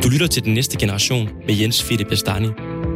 Du lytter til Den Næste Generation med Jens Fitte Bestani.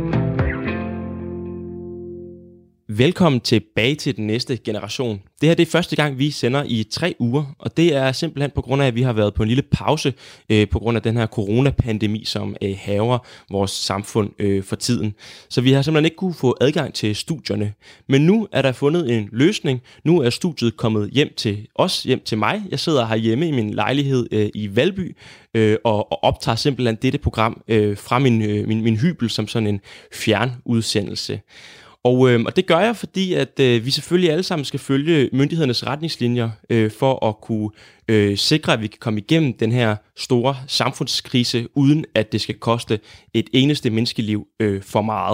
Velkommen tilbage til Den Næste Generation. Det her det er første gang, vi sender i 3 uger, og det er simpelthen på grund af, at vi har været på en lille pause på grund af den her coronapandemi, som hærger vores samfund for tiden. Så vi har simpelthen ikke kunne få adgang til studierne. Men nu er der fundet en løsning. Nu er studiet kommet hjem til mig. Jeg sidder herhjemme i min lejlighed i Valby og optager simpelthen dette program fra min hybel som sådan en fjernudsendelse. Og det gør jeg, fordi at vi selvfølgelig alle sammen skal følge myndighedernes retningslinjer for at kunne sikre, at vi kan komme igennem den her store samfundskrise, uden at det skal koste et eneste menneskeliv for meget.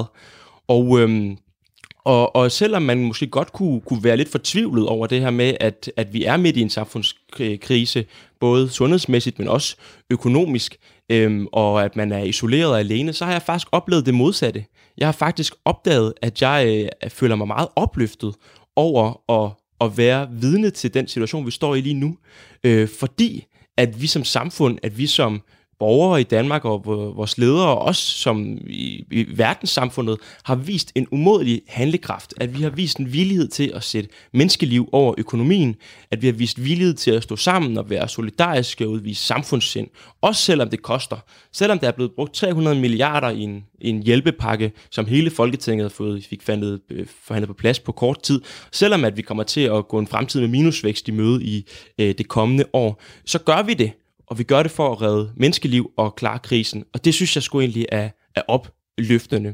Og selvom man måske godt kunne være lidt fortvivlet over det her med, at vi er midt i en samfundskrise, både sundhedsmæssigt, men også økonomisk, og at man er isoleret og alene, så har jeg faktisk oplevet det modsatte. Jeg har faktisk opdaget, at jeg føler mig meget opløftet over at være vidne til den situation, vi står i lige nu. Fordi at vi som samfund, at vi som borgere i Danmark og vores ledere, og også som i verdenssamfundet, har vist en umådelig handlekraft. At vi har vist en villighed til at sætte menneskeliv over økonomien. At vi har vist villighed til at stå sammen og være solidariske og udvise samfundssind. Også selvom det koster. Selvom der er blevet brugt 300 milliarder i en hjælpepakke, som hele Folketinget fik forhandlet på plads på kort tid. Selvom at vi kommer til at gå en fremtid med minusvækst i møde i det kommende år, så gør vi det. Og vi gør det for at redde menneskeliv og klare krisen. Og det synes jeg sgu egentlig er opløftende.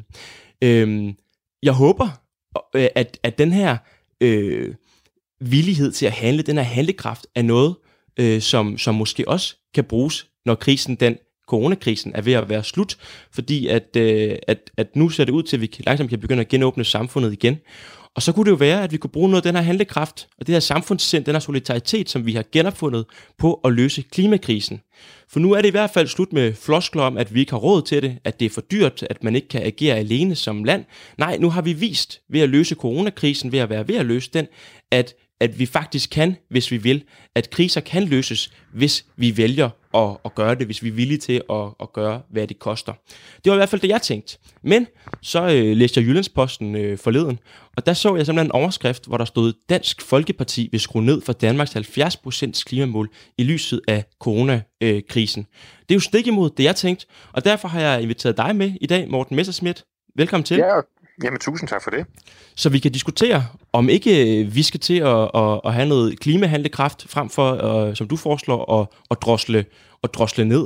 Jeg håber, at den her villighed til at handle, den her handlekraft, er noget, som måske også kan bruges, når coronakrisen er ved at være slut. Fordi at nu ser det ud til, at vi langsomt kan begynde at genåbne samfundet igen. Og så kunne det jo være, at vi kunne bruge noget af den her handlekraft, og det her samfundssind, den her solidaritet, som vi har genopfundet på at løse klimakrisen. For nu er det i hvert fald slut med floskler om, at vi ikke har råd til det, at det er for dyrt, at man ikke kan agere alene som land. Nej, nu har vi vist ved at løse coronakrisen, ved at løse den, at vi faktisk kan, hvis vi vil, at kriser kan løses, hvis vi vælger at gøre det, hvis vi er villige til at gøre, hvad det koster. Det var i hvert fald det, jeg tænkte. Men så læste jeg Jyllandsposten forleden, og der så jeg simpelthen en overskrift, hvor der stod: Dansk Folkeparti vil skrue ned for Danmarks 70% klimamål i lyset af coronakrisen. Det er jo stik imod det, jeg tænkte, og derfor har jeg inviteret dig med i dag, Morten Messerschmidt. Velkommen til. Ja, jamen tusind tak for det. Så vi kan diskutere, om ikke vi skal til at have noget klimahandlekraft, frem for, som du foreslår, at drosle ned.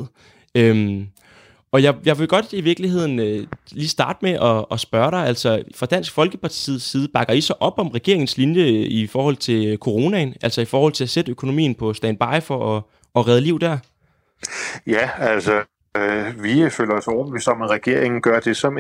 Og jeg vil godt i virkeligheden lige starte med at spørge dig, altså fra Dansk Folkepartis side, bakker I så op om regeringens linje i forhold til coronaen, altså i forhold til at sætte økonomien på standby for at redde liv der? Ja, altså vi føler os overbevist om, at regeringen gør det, som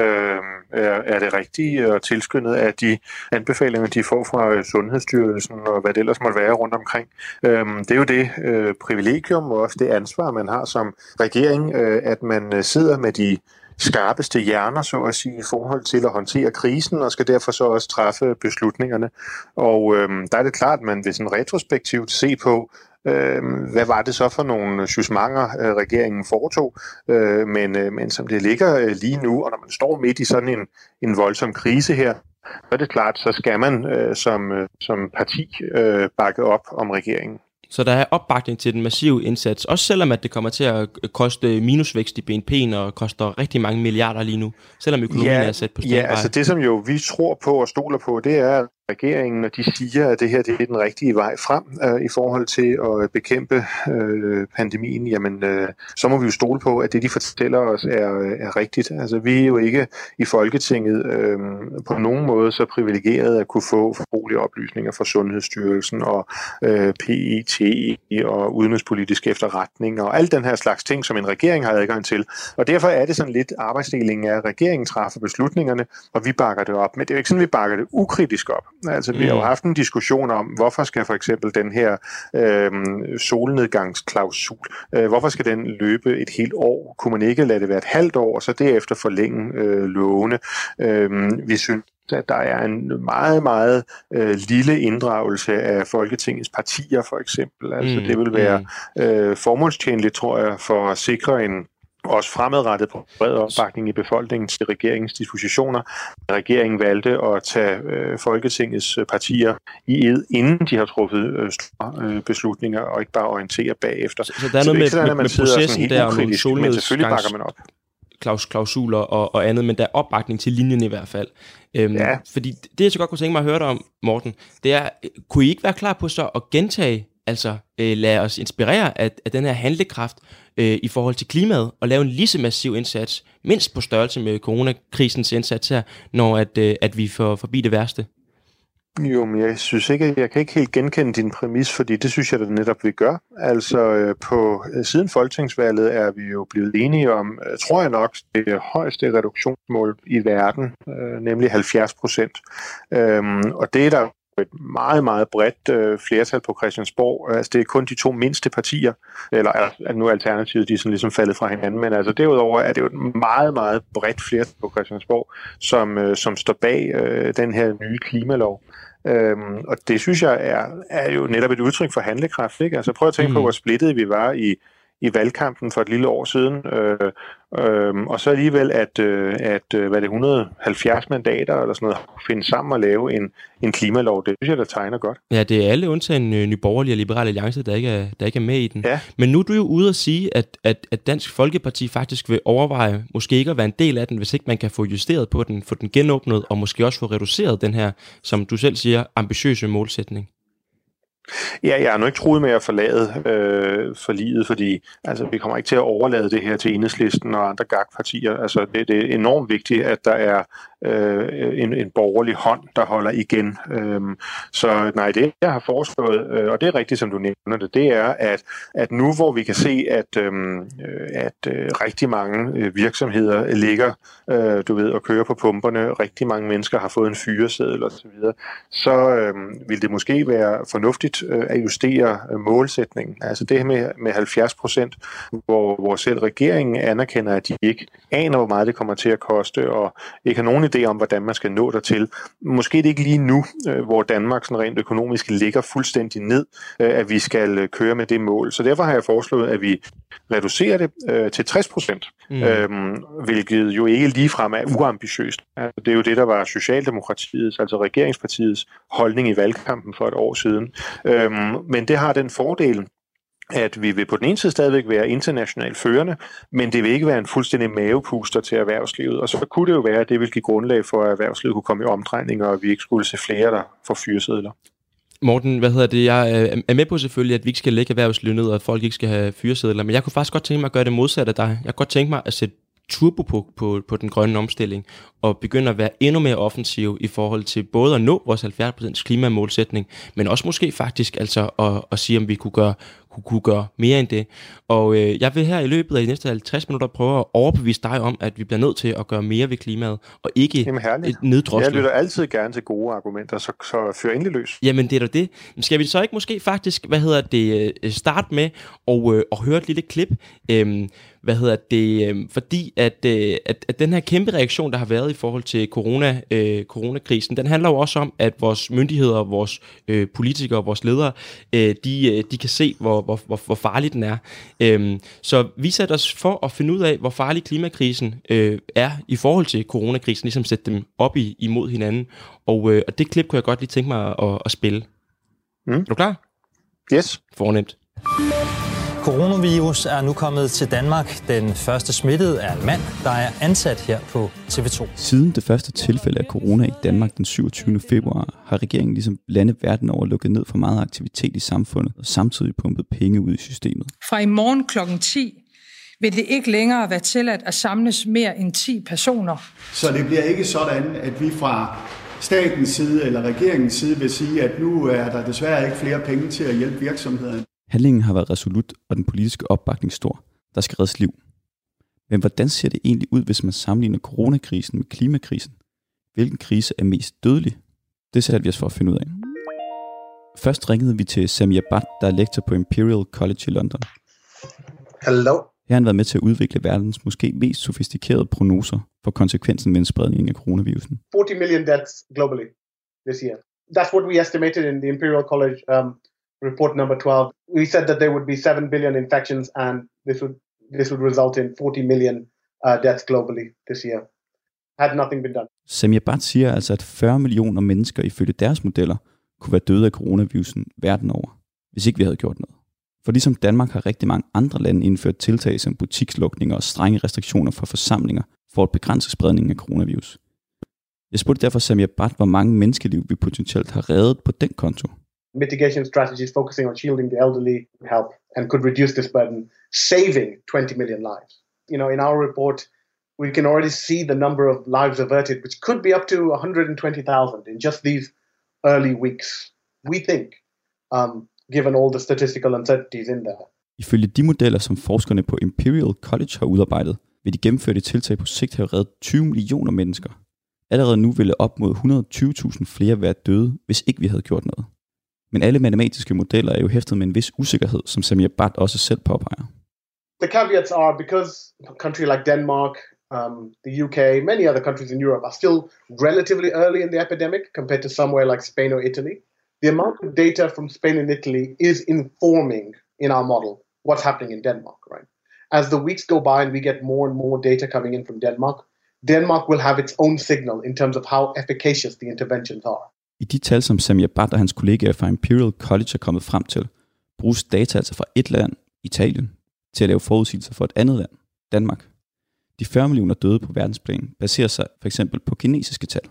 er det rigtige, og tilskyndet af de anbefalinger, de får fra Sundhedsstyrelsen og hvad det ellers måtte være rundt omkring. Det er jo det privilegium og også det ansvar, man har som regering, at man sidder med de skarpeste hjerner, så at sige, i forhold til at håndtere krisen, og skal derfor så også træffe beslutningerne. Og der er det klart, at man vil sådan retrospektivt se på, hvad var det så for nogle justementer, regeringen foretog, men som det ligger lige nu, og når man står midt i sådan en voldsom krise her, så er det klart, så skal man som parti bakke op om regeringen. Så der er opbakning til den massive indsats, også selvom at det kommer til at koste minusvækst i BNP'en og koster rigtig mange milliarder lige nu, selvom økonomien er sat på standby. Ja, altså det som jo vi tror på og stoler på, det er regeringen, når de siger, at det her det er den rigtige vej frem i forhold til at bekæmpe pandemien, jamen så må vi jo stole på, at det de fortæller os er rigtigt. Altså vi er jo ikke i Folketinget på nogen måde så privilegeret at kunne få fortrolige oplysninger fra Sundhedsstyrelsen og PET og udenrigspolitisk efterretning og alt den her slags ting, som en regering har adgang til. Og derfor er det sådan lidt arbejdsdelingen af, at regeringen træffer beslutningerne, og vi bakker det op. Men det er jo ikke sådan, at vi bakker det ukritisk op. Altså, vi har jo haft en diskussion om, hvorfor skal for eksempel den her solnedgangsklausul, hvorfor skal den løbe et helt år? Kunne man ikke lade det være et halvt år, og så derefter forlænge lovene? Vi synes, at der er en meget, meget lille inddragelse af Folketingets partier, for eksempel. Altså, det vil være formålstjenligt, tror jeg, for at sikre en også fremadrettet på bred opbakning i befolkningen til regeringens dispositioner. Regeringen valgte at tage Folketingets partier i ed, inden de har truffet store beslutninger, og ikke bare orientere bagefter. Så der er noget med processen der, og nogle solnedgangsklausuler og andet, men der er opbakning til linjen i hvert fald. Ja. Fordi det, jeg så godt kunne tænke mig at høre dig om, Morten, det er, kunne I ikke være klar på så at gentage, altså lade os inspirere af den her handlekraft i forhold til klimaet, og lave en lige så massiv indsats, mindst på størrelse med coronakrisens indsats her, når at vi får forbi det værste? Jo, men jeg synes ikke, jeg kan ikke helt genkende din præmis, fordi det synes jeg, at netop vi gør. Altså siden folketingsvalget er vi jo blevet enige om, tror jeg nok, det højeste reduktionsmål i verden, nemlig 70%. Og det er der et meget, meget bredt flertal på Christiansborg. Altså det er kun de to mindste partier, eller nu Alternativet, de er sådan ligesom faldet fra hinanden, men altså derudover er det jo et meget, meget bredt flertal på Christiansborg, som står bag den her nye klimalov. Og det synes jeg er jo netop et udtryk for handlekraft, ikke? Altså prøv at tænke på, hvor splittede vi var i valgkampen for et lille år siden, og så alligevel at hvad det 170 mandater eller sådan noget finde sammen og lave en klimalov, det synes jeg, der tegner godt. Ja, det er alle undtagen Nye Borgerlige og Liberale Alliance, der ikke er med i den. Ja. Men nu er du jo ude at sige, at Dansk Folkeparti faktisk vil overveje måske ikke at være en del af den, hvis ikke man kan få justeret på den, få den genåbnet, og måske også få reduceret den her, som du selv siger, ambitiøse målsætning. Ja, jeg har nu ikke troet med at forlade forliget, fordi altså, vi kommer ikke til at overlade det her til Enhedslisten og andre GAK-partier. Altså, det er enormt vigtigt, at der er en borgerlig hånd, der holder igen. Så nej, det jeg har foreslået, og det er rigtigt, som du nævner det er, at nu hvor vi kan se, at rigtig mange virksomheder ligger, og kører på pumperne, rigtig mange mennesker har fået en fyreseddel osv., så vil det måske være fornuftigt at justere målsætningen. Altså det her med 70%, hvor selv regeringen anerkender, at de ikke aner, hvor meget det kommer til at koste, og ikke har nogen idé om, hvordan man skal nå dertil. Måske det ikke lige nu, hvor Danmark sådan rent økonomisk ligger fuldstændig ned, at vi skal køre med det mål. Så derfor har jeg foreslået, at vi reducerer det til 60%, hvilket jo ikke ligefrem er uambitiøst. Altså, det er jo det, der var Socialdemokratiets, altså regeringspartiets holdning i valgkampen for et år siden. Men det har den fordel, at vi vil på den ene side stadigvæk være internationalt førende, men det vil ikke være en fuldstændig mavepuster til erhvervslivet. Og så kunne det jo være, at det vil give grundlag for, at erhvervslivet kunne komme i omdrejninger, og vi ikke skulle se flere, der får fyresedler. Morten, jeg er med på selvfølgelig, at vi ikke skal lægge erhvervslivet ned, og at folk ikke skal have fyresedler, men jeg kunne faktisk godt tænke mig at gøre det modsat af dig. Jeg kunne godt tænke mig at sætte turbo på den grønne omstilling, og begynde at være endnu mere offensiv i forhold til både at nå vores 70% klimamålsætning, men også måske faktisk altså at sige, om vi kunne gøre mere end det. Og jeg vil her i løbet af de næste 50 minutter prøve at overbevise dig om, at vi bliver nødt til at gøre mere ved klimaet, og ikke et neddrosle. Jeg lytter altid gerne til gode argumenter, så fyr endelig løs. Jamen det er da det. Skal vi så ikke måske faktisk, starte med at høre et lille klip, fordi at den her kæmpe reaktion, der har været i forhold til coronakrisen, den handler jo også om, at vores myndigheder, vores politikere, vores ledere, de kan se, hvor farlig den er. Så vi sætter os for at finde ud af, hvor farlig klimakrisen er i forhold til coronakrisen, ligesom sætte dem op imod hinanden. Og det klip kunne jeg godt lige tænke mig at spille. Er du klar? Yes. Fornemt. Coronavirus er nu kommet til Danmark. Den første smittede er en mand, der er ansat her på TV2. Siden det første tilfælde af corona i Danmark den 27. februar, har regeringen ligesom landet verden over lukket ned for meget aktivitet i samfundet og samtidig pumpet penge ud i systemet. Fra i morgen kl. 10 vil det ikke længere være tilladt at samles mere end 10 personer. Så det bliver ikke sådan, at vi fra statens side eller regeringens side vil sige, at nu er der desværre ikke flere penge til at hjælpe virksomhederne. Handlingen har været resolut, og den politiske opbakning stor. Der skal reddes liv. Men hvordan ser det egentlig ud, hvis man sammenligner coronakrisen med klimakrisen? Hvilken krise er mest dødelig? Det satte vi os for at finde ud af. Først ringede vi til Samir Bhatt, der er lektor på Imperial College i London. Hello. Her har han været med til at udvikle verdens måske mest sofistikerede prognoser for konsekvensen ved en spredning af coronavirusen. 40 million deaths globally this year. That's what we estimated in the Imperial College report number 12. We said that there would be 7 billion infections and this would this would result in 40 million deaths globally this year, had nothing been done. Samir Bhatt siger altså, at 40 millioner mennesker ifølge deres modeller kunne være døde af coronavirusen verden over, hvis ikke vi havde gjort noget. For ligesom Danmark har rigtig mange andre lande indført tiltag som butikslukninger og strenge restriktioner for forsamlinger for at begrænse spredningen af coronavirus. Jeg spurgte derfor Samir Bhatt, hvor mange menneskeliv vi potentielt har reddet på den konto. Mitigation strategies focusing on shielding the elderly help and could reduce this burden, saving 20 million lives. In our report, we can already see the number of lives averted, which could be up to 120,000 in just these early weeks. We think, given all the statistical uncertainties in there. Ifølge de modeller, som forskerne på Imperial College har udarbejdet, vil de gennemførte tiltag på sigt have reddet 20 millioner mennesker. Allerede nu ville op mod 120.000 flere være døde, hvis ikke vi havde gjort noget. Men alle matematiske modeller er jo hæftet med en vis usikkerhed, som Samir Bhatt også selv påpeger. The caveats are because a country like Denmark, the UK, many other countries in Europe are still relatively early in the epidemic compared to somewhere like Spain or Italy. The amount of data from Spain and Italy is informing in our model what's happening in Denmark, right? As the weeks go by and we get more and more data coming in from Denmark will have its own signal in terms of how efficacious the interventions are. I de tal, som Samir Bhatt og hans kollegaer fra Imperial College er kommet frem til, bruges data altså fra et land, Italien, til at lave forudsigelser for et andet land, Danmark. De 40 millioner døde på verdensplan baserer sig for eksempel på kinesiske tal.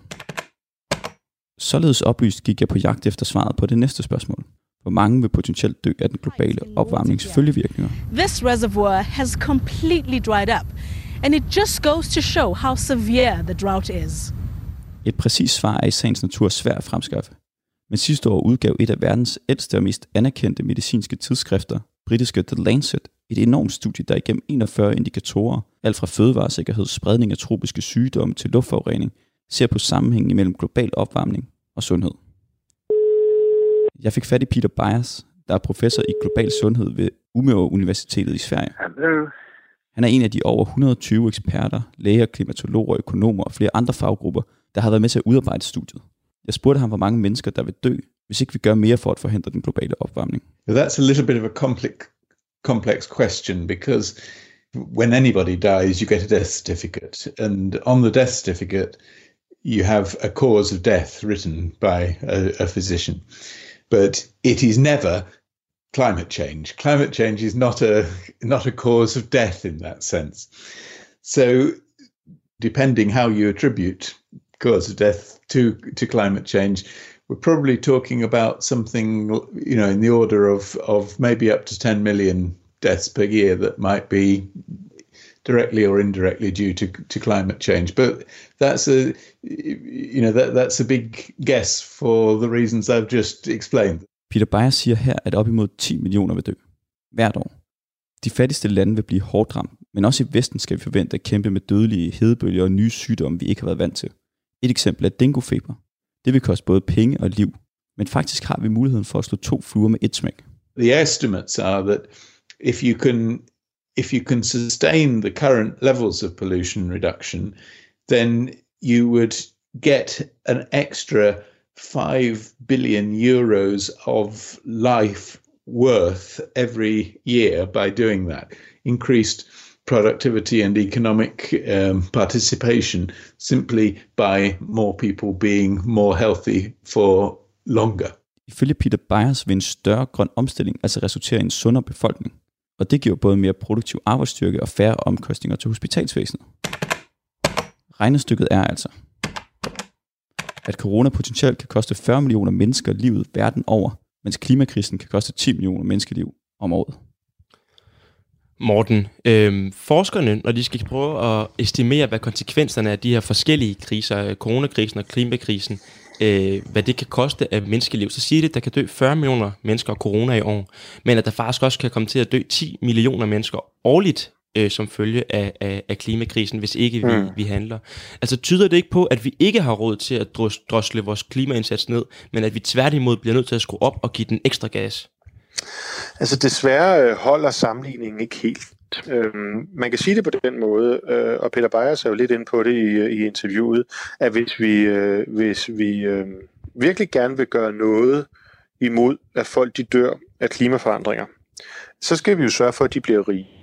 Således oplyst gik jeg på jagt efter svaret på det næste spørgsmål. Hvor mange vil potentielt dø af den globale opvarmnings følgevirkninger? This reservoir has completely dried up, and it just goes to show how severe the drought is. Et præcist svar er i sagens natur svært at fremskaffe. Men sidste år udgav et af verdens ældste og mest anerkendte medicinske tidsskrifter, britiske The Lancet, et enormt studie, der igennem 41 indikatorer, alt fra fødevaresikkerhed, spredning af tropiske sygdomme til luftforurening, ser på sammenhængen mellem global opvarmning og sundhed. Jeg fik fat i Peter Byers, der er professor i global sundhed ved Umeå Universitetet i Sverige. Hello. Han er en af de over 120 eksperter, læger, klimatologer, økonomer og flere andre faggrupper, der har været med til at udarbejde studiet. Jeg spurgte ham, hvor mange mennesker der vil dø, hvis ikke vi gør mere for at forhindre den globale opvarmning. That's a little bit of a complex question, because when anybody dies, you get a death certificate, and on the death certificate, you have a cause of death written by a physician, but it is never climate change. Climate change is not a cause of death in that sense. So, depending how you attribute cause of death to climate change, we're probably talking about something, in the order of maybe up to 10 million deaths per year that might be directly or indirectly due to climate change. But that's a big guess for the reasons I've just explained. Peter Byers siger her, at op imod 10 millioner vil dø hvert år. De fattigste lande vil blive hårdt ramt, men også i Vesten skal vi forvente at kæmpe med dødelige hedebølger og nye sygdomme, vi ikke har været vant til. Et eksempel er denguefeber. Det vil koste både penge og liv, men faktisk har vi muligheden for at slå 2 fluer med et smæk. The estimates are that if you can sustain the current levels of pollution reduction, then you would get an extra 5 billion euros of life worth every year by doing that. Increased productivity and economic participation simply by more people being more healthy for longer. Ifølge Peter Byers vil en større grøn omstilling altså resultere i en sundere befolkning, og det giver både mere produktiv arbejdsstyrke og færre omkostninger til hospitalsvæsenet. Regnestykket er altså, at corona potentielt kan koste 40 millioner mennesker livet verden over, mens klimakrisen kan koste 10 millioner menneskeliv om året. Morten, forskerne, når de skal prøve at estimere, hvad konsekvenserne af de her forskellige kriser, coronakrisen og klimakrisen, hvad det kan koste af menneskeliv, så siger det, at der kan dø 40 millioner mennesker af corona i år, men at der faktisk også kan komme til at dø 10 millioner mennesker årligt som følge af klimakrisen, hvis ikke vi handler. Altså tyder det ikke på, at vi ikke har råd til at drosle vores klimaindsats ned, men at vi tværtimod bliver nødt til at skrue op og give den ekstra gas? Altså desværre holder sammenligningen ikke helt. Man kan sige det på den måde, og Peter Byers er jo lidt inde på det i interviewet, at hvis vi virkelig gerne vil gøre noget imod, at folk de dør af klimaforandringer, så skal vi jo sørge for, at de bliver rige.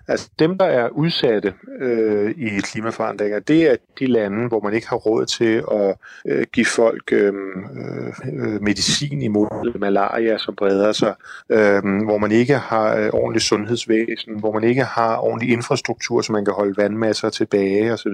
Altså dem, der er udsatte i klimaforandringer, det er de lande, hvor man ikke har råd til at give folk medicin imod malaria, som breder sig, hvor man ikke har ordentlig sundhedsvæsen, hvor man ikke har ordentlig infrastruktur, så man kan holde vandmasser tilbage osv.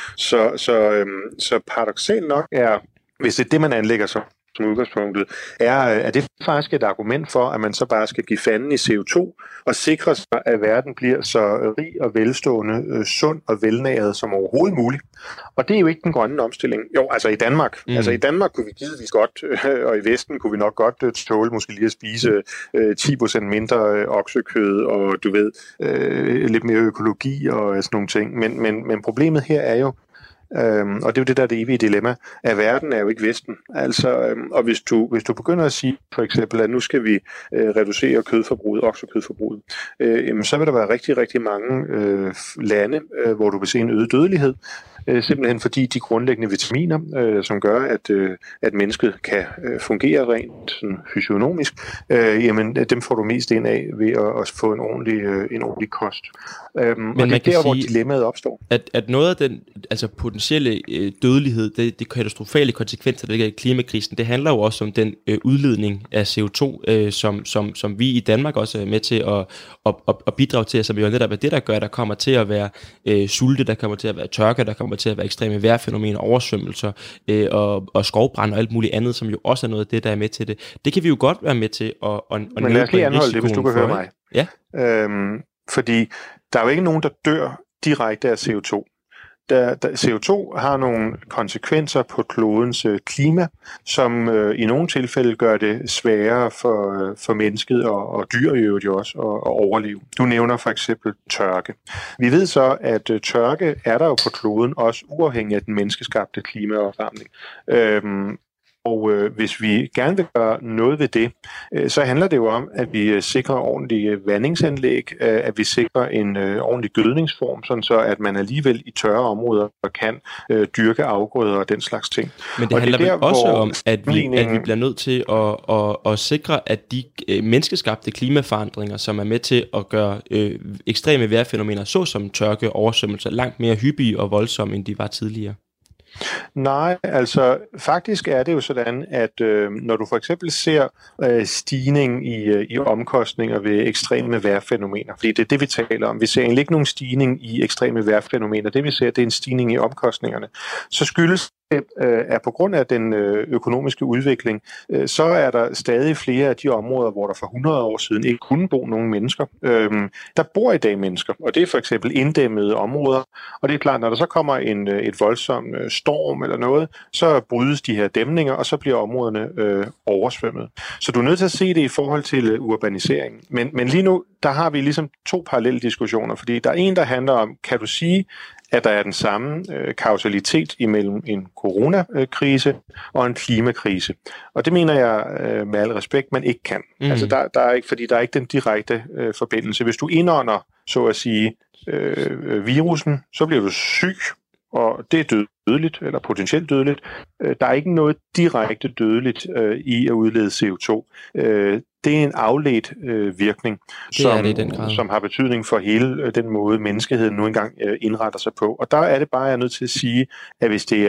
Så paradoksalt nok er, hvis det er det, man anlægger som udgangspunktet, er det faktisk et argument for, at man så bare skal give fanden i CO2 og sikre sig, at verden bliver så rig og velstående, sund og velnæret som overhovedet muligt. Og det er jo ikke den grønne omstilling. Jo, altså i Danmark. Altså i Danmark kunne vi givetvis godt, og i Vesten kunne vi nok godt tåle måske lige at spise 10% mindre oksekød og du ved, lidt mere økologi og sådan nogle ting. Men problemet her er jo, og det er jo det, der er det evige dilemma, at verden er jo ikke Vesten. Altså, og hvis du begynder at sige, for eksempel, at nu skal vi reducere kødforbruget, oksekødforbruget, så vil der være rigtig, rigtig mange lande, hvor du vil se en øget dødelighed, simpelthen fordi de grundlæggende vitaminer, som gør, at mennesket kan fungere rent sådan fysionomisk, jamen dem får du mest ind af ved at få en ordentlig kost. Men og det er der, hvor dilemmaet opstår. At noget af den altså potentielle dødelighed, det katastrofale konsekvenser, der ligger i klimakrisen, det handler jo også om den udledning af CO2, som vi i Danmark også er med til at bidrage til, som jo netop er det, der gør, at der kommer til at være sulte, der kommer til at være tørke, der kommer til at være ekstreme vejrfænomener, oversvømmelser og skovbrand og alt muligt andet, som jo også er noget af det, der er med til det. Det kan vi jo godt være med til at Men lad os lige anholde det, hvis du kan høre mig. Ja. Fordi der er jo ikke nogen, der dør direkte af CO2. CO2 har nogle konsekvenser på klodens klima, som i nogle tilfælde gør det sværere for mennesket og dyr i øvrigt også at overleve. Du nævner for eksempel tørke. Vi ved så, at tørke er der jo på kloden, også uafhængig af den menneskeskabte klimaopvarmning. Og hvis vi gerne vil gøre noget ved det, så handler det jo om, at vi sikrer ordentlige vandingsanlæg, at vi sikrer en ordentlig gødningsform, sådan så at man alligevel i tørre områder kan dyrke afgrøder og den slags ting. Men det handler vel også om, at vi bliver nødt til at sikre, at de menneskeskabte klimaforandringer, som er med til at gøre ekstreme vejrfænomener, såsom tørke og oversvømmelser, langt mere hyppige og voldsomme, end de var tidligere. Nej, altså faktisk er det jo sådan, at når du for eksempel ser stigning i omkostninger ved ekstreme vejrfænomener, fordi det er det, vi taler om. Vi ser egentlig ikke nogen stigning i ekstreme vejrfænomener. Det vi ser, det er en stigning i omkostningerne. Så skyldes at på grund af den økonomiske udvikling, så er der stadig flere af de områder, hvor der for 100 år siden ikke kunne bo nogen mennesker. Der bor i dag mennesker, og det er for eksempel inddæmmede områder, og det er klart, når der så kommer et voldsom storm eller noget, så brydes de her dæmninger, og så bliver områderne oversvømmet. Så du er nødt til at se det i forhold til urbanisering. Men lige nu, der har vi ligesom to parallelle diskussioner, fordi der er en, der handler om, kan du sige, at der er den samme kausalitet imellem en coronakrise og en klimakrise. Og det mener jeg med al respekt, man ikke kan. Altså der er ikke, fordi der er ikke den direkte forbindelse. Hvis du indånder, så at sige, virusen, så bliver du syg, og det er dødeligt, eller potentielt dødeligt. Der er ikke noget direkte dødeligt i at udlede CO2. Det er en afledt virkning, som har betydning for hele den måde, menneskeheden nu engang indretter sig på. Og der er det bare, jeg er nødt til at sige, at hvis det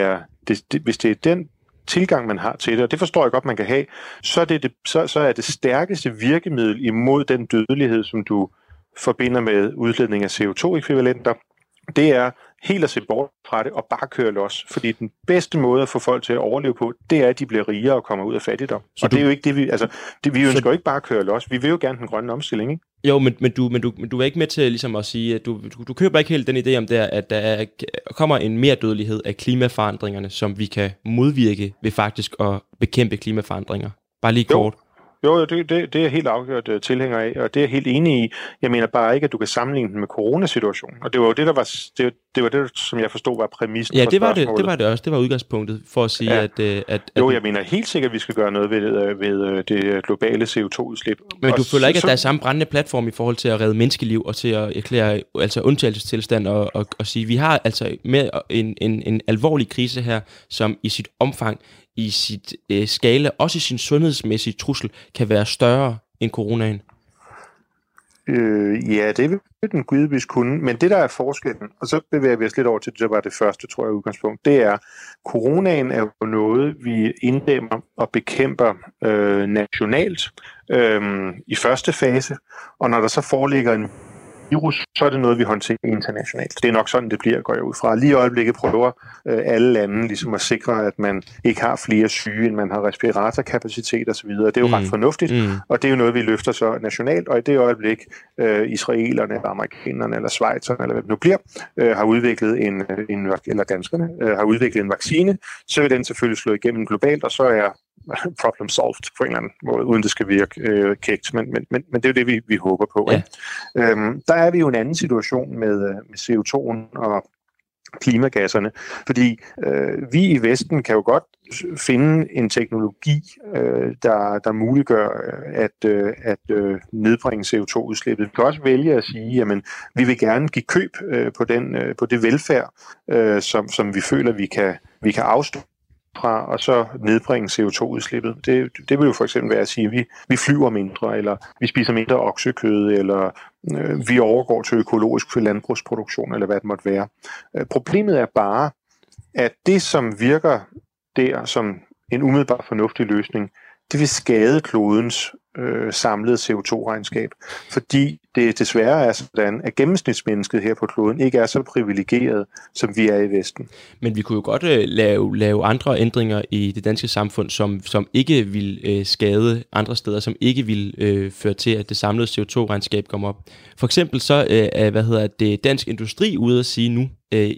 er den tilgang, man har til det, og det forstår jeg godt, man kan have, så er det stærkeste virkemiddel imod den dødelighed, som du forbinder med udledning af CO2-ekvivalenter, det er helt at se bort fra det og bare køre los. Fordi den bedste måde at få folk til at overleve på, det er, at de bliver rigere og kommer ud af fattigdom. Og det er jo ikke det, vi ønsker jo ikke bare at køre los. Vi vil jo gerne den grønne omstilling, ikke? Jo, men du er ikke med til ligesom at sige, at du køber ikke helt den idé om, at der kommer en mere dødelighed af klimaforandringerne, som vi kan modvirke ved faktisk at bekæmpe klimaforandringer. Bare lige kort. Jo, det er jeg helt afgjort tilhænger af, og det er jeg helt enig i. Jeg mener bare ikke, at du kan sammenligne den med coronasituationen. Og det var jo det, der var det var det, som jeg forstod var præmissen for spørgsmålet. Ja, det var det også. Det var udgangspunktet for at sige, at jo, jeg mener helt sikkert, at vi skal gøre noget ved det globale CO2-udslip. Men du føler ikke, at der er samme brændende platform i forhold til at redde menneskeliv og til at erklære altså undtagelsestilstand og sige, at vi har altså med en alvorlig krise her, som i sit omfang, i sit skala, også i sin sundhedsmæssige trussel, kan være større end coronaen? Ja, det vil den givetvis kunne, men det der er forskellen, og så bevæger vi os lidt over til det, der var det første, tror jeg, udgangspunkt, det er, coronaen er jo noget, vi inddæmmer og bekæmper nationalt i første fase, og når der så foreligger en virus, så er det noget, vi håndterer internationalt. Det er nok sådan, det bliver, går jeg ud fra. Lige i øjeblikket prøver alle lande ligesom at sikre, at man ikke har flere syge, end man har respiratorkapacitet osv. Det er jo ret fornuftigt, og det er jo noget, vi løfter så nationalt, og i det øjeblik, israelerne, eller amerikanerne, eller schweizerne, eller hvad det nu bliver, har udviklet eller danskerne har udviklet en vaccine, så vil den selvfølgelig slå igennem globalt, og så er problem solved på en eller anden måde, uden det skal virke kægt, men det er jo det, vi håber på. Ja. Der er vi jo en anden situation med CO2'en og klimagasserne, fordi vi i Vesten kan jo godt finde en teknologi, der muliggør at nedbringe CO2-udslippet. Vi kan også vælge at sige, jamen, vi vil gerne give køb på det velfærd, som vi føler, vi kan afstå fra, og så nedbringe CO2-udslippet. Det vil jo for eksempel være at sige, at vi flyver mindre, eller vi spiser mindre oksekød, eller vi overgår til økologisk landbrugsproduktion, eller hvad det måtte være. Problemet er bare, at det, som virker der som en umiddelbart fornuftig løsning, det vil skade klodens samlede CO2-regnskab, fordi det desværre er sådan, at gennemsnitsmennesket her på kloden ikke er så privilegeret, som vi er i Vesten. Men vi kunne jo godt lave andre ændringer i det danske samfund, som ikke vil skade andre steder, som ikke vil føre til, at det samlede CO2-regnskab kommer op. For eksempel så er Dansk Industri ude at sige nu,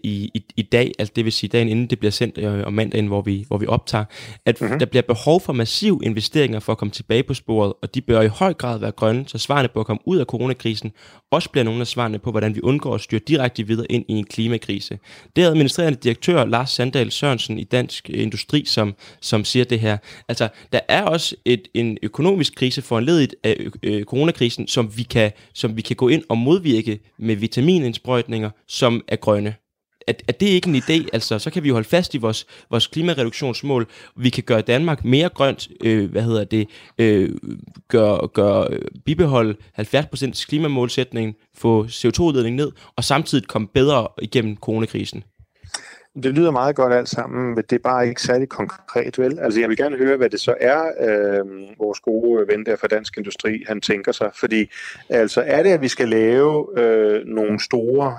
i dag, altså det vil sige dagen inden det bliver sendt om mandagen, hvor vi optager, at der bliver behov for massive investeringer for at komme tilbage på sporet, og de bør i høj grad være grønne, så svarene på at komme ud af coronakrisen også bliver nogle af svarene på, hvordan vi undgår at styre direkte videre ind i en klimakrise. Det er administrerende direktør Lars Sandahl Sørensen i Dansk Industri, som siger det her. Altså, der er også en økonomisk krise foranlediget af coronakrisen, som vi kan gå ind og modvirke med vitaminindsprøjtninger, som er grønne. Er det ikke en idé? Altså, så kan vi jo holde fast i vores klimareduktionsmål. Vi kan gøre Danmark mere grønt, bibeholde 70% klimamålsætningen, få CO2-udledning ned, og samtidig komme bedre igennem coronakrisen. Det lyder meget godt alt sammen, men det er bare ikke særlig konkret, vel? Altså, jeg vil gerne høre, hvad det så er, vores gode ven der fra Dansk Industri, han tænker sig. Fordi, altså, er det, at vi skal lave nogle store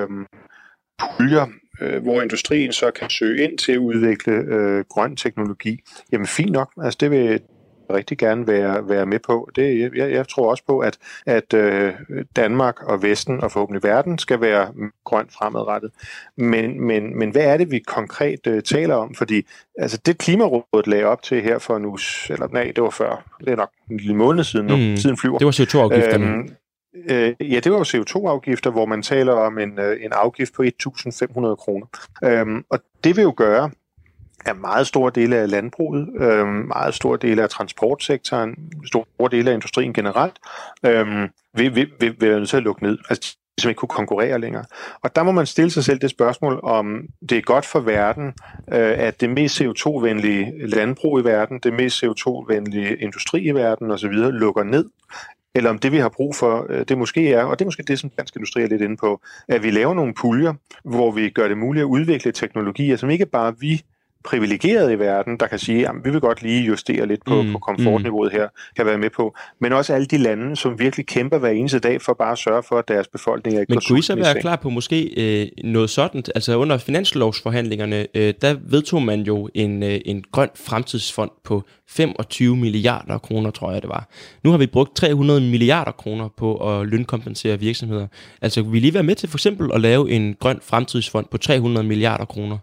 puljer, hvor industrien så kan søge ind til at udvikle grøn teknologi? Jamen, fint nok. Altså, det vil rigtig gerne være med på. Jeg tror også på, at Danmark og Vesten og forhåbentlig verden skal være grønt fremadrettet. Men hvad er det, vi konkret taler om? Fordi altså, det Klimarådet lagde op til her for nu, eller nej, det var før, det er nok en lille måned siden nu, tiden flyver. Det var CO2-afgifterne. Ja, det var jo CO2-afgifter, hvor man taler om en afgift på 1.500 kroner. Og det vil jo gøre, at meget store dele af landbruget, meget store dele af transportsektoren, store dele af industrien generelt, vil være nødt til at lukke ned. Altså, som ikke kunne konkurrere længere. Og der må man stille sig selv det spørgsmål, om det er godt for verden, at det mest CO2-venlige landbrug i verden, det mest CO2-venlige industri i verden osv. lukker ned, eller om det, vi har brug for, det måske er, og det er måske det, som Dansk Industri er lidt inde på, at vi laver nogle puljer, hvor vi gør det muligt at udvikle teknologier, som ikke bare vi privilegerede i verden, der kan sige, at vi vil godt lige justere lidt på komfortniveauet her, kan være med på, men også alle de lande, som virkelig kæmper hver eneste dag for bare at sørge for, at deres befolkning ikke går sulten. Men kunne I så være klar på måske noget sådan? Altså under finanslovsforhandlingerne, der vedtog man jo en grøn fremtidsfond på 25 milliarder kroner, tror jeg det var. Nu har vi brugt 300 milliarder kroner på at lønkompensere virksomheder. Altså kunne vi lige være med til for eksempel at lave en grøn fremtidsfond på 300 milliarder kroner?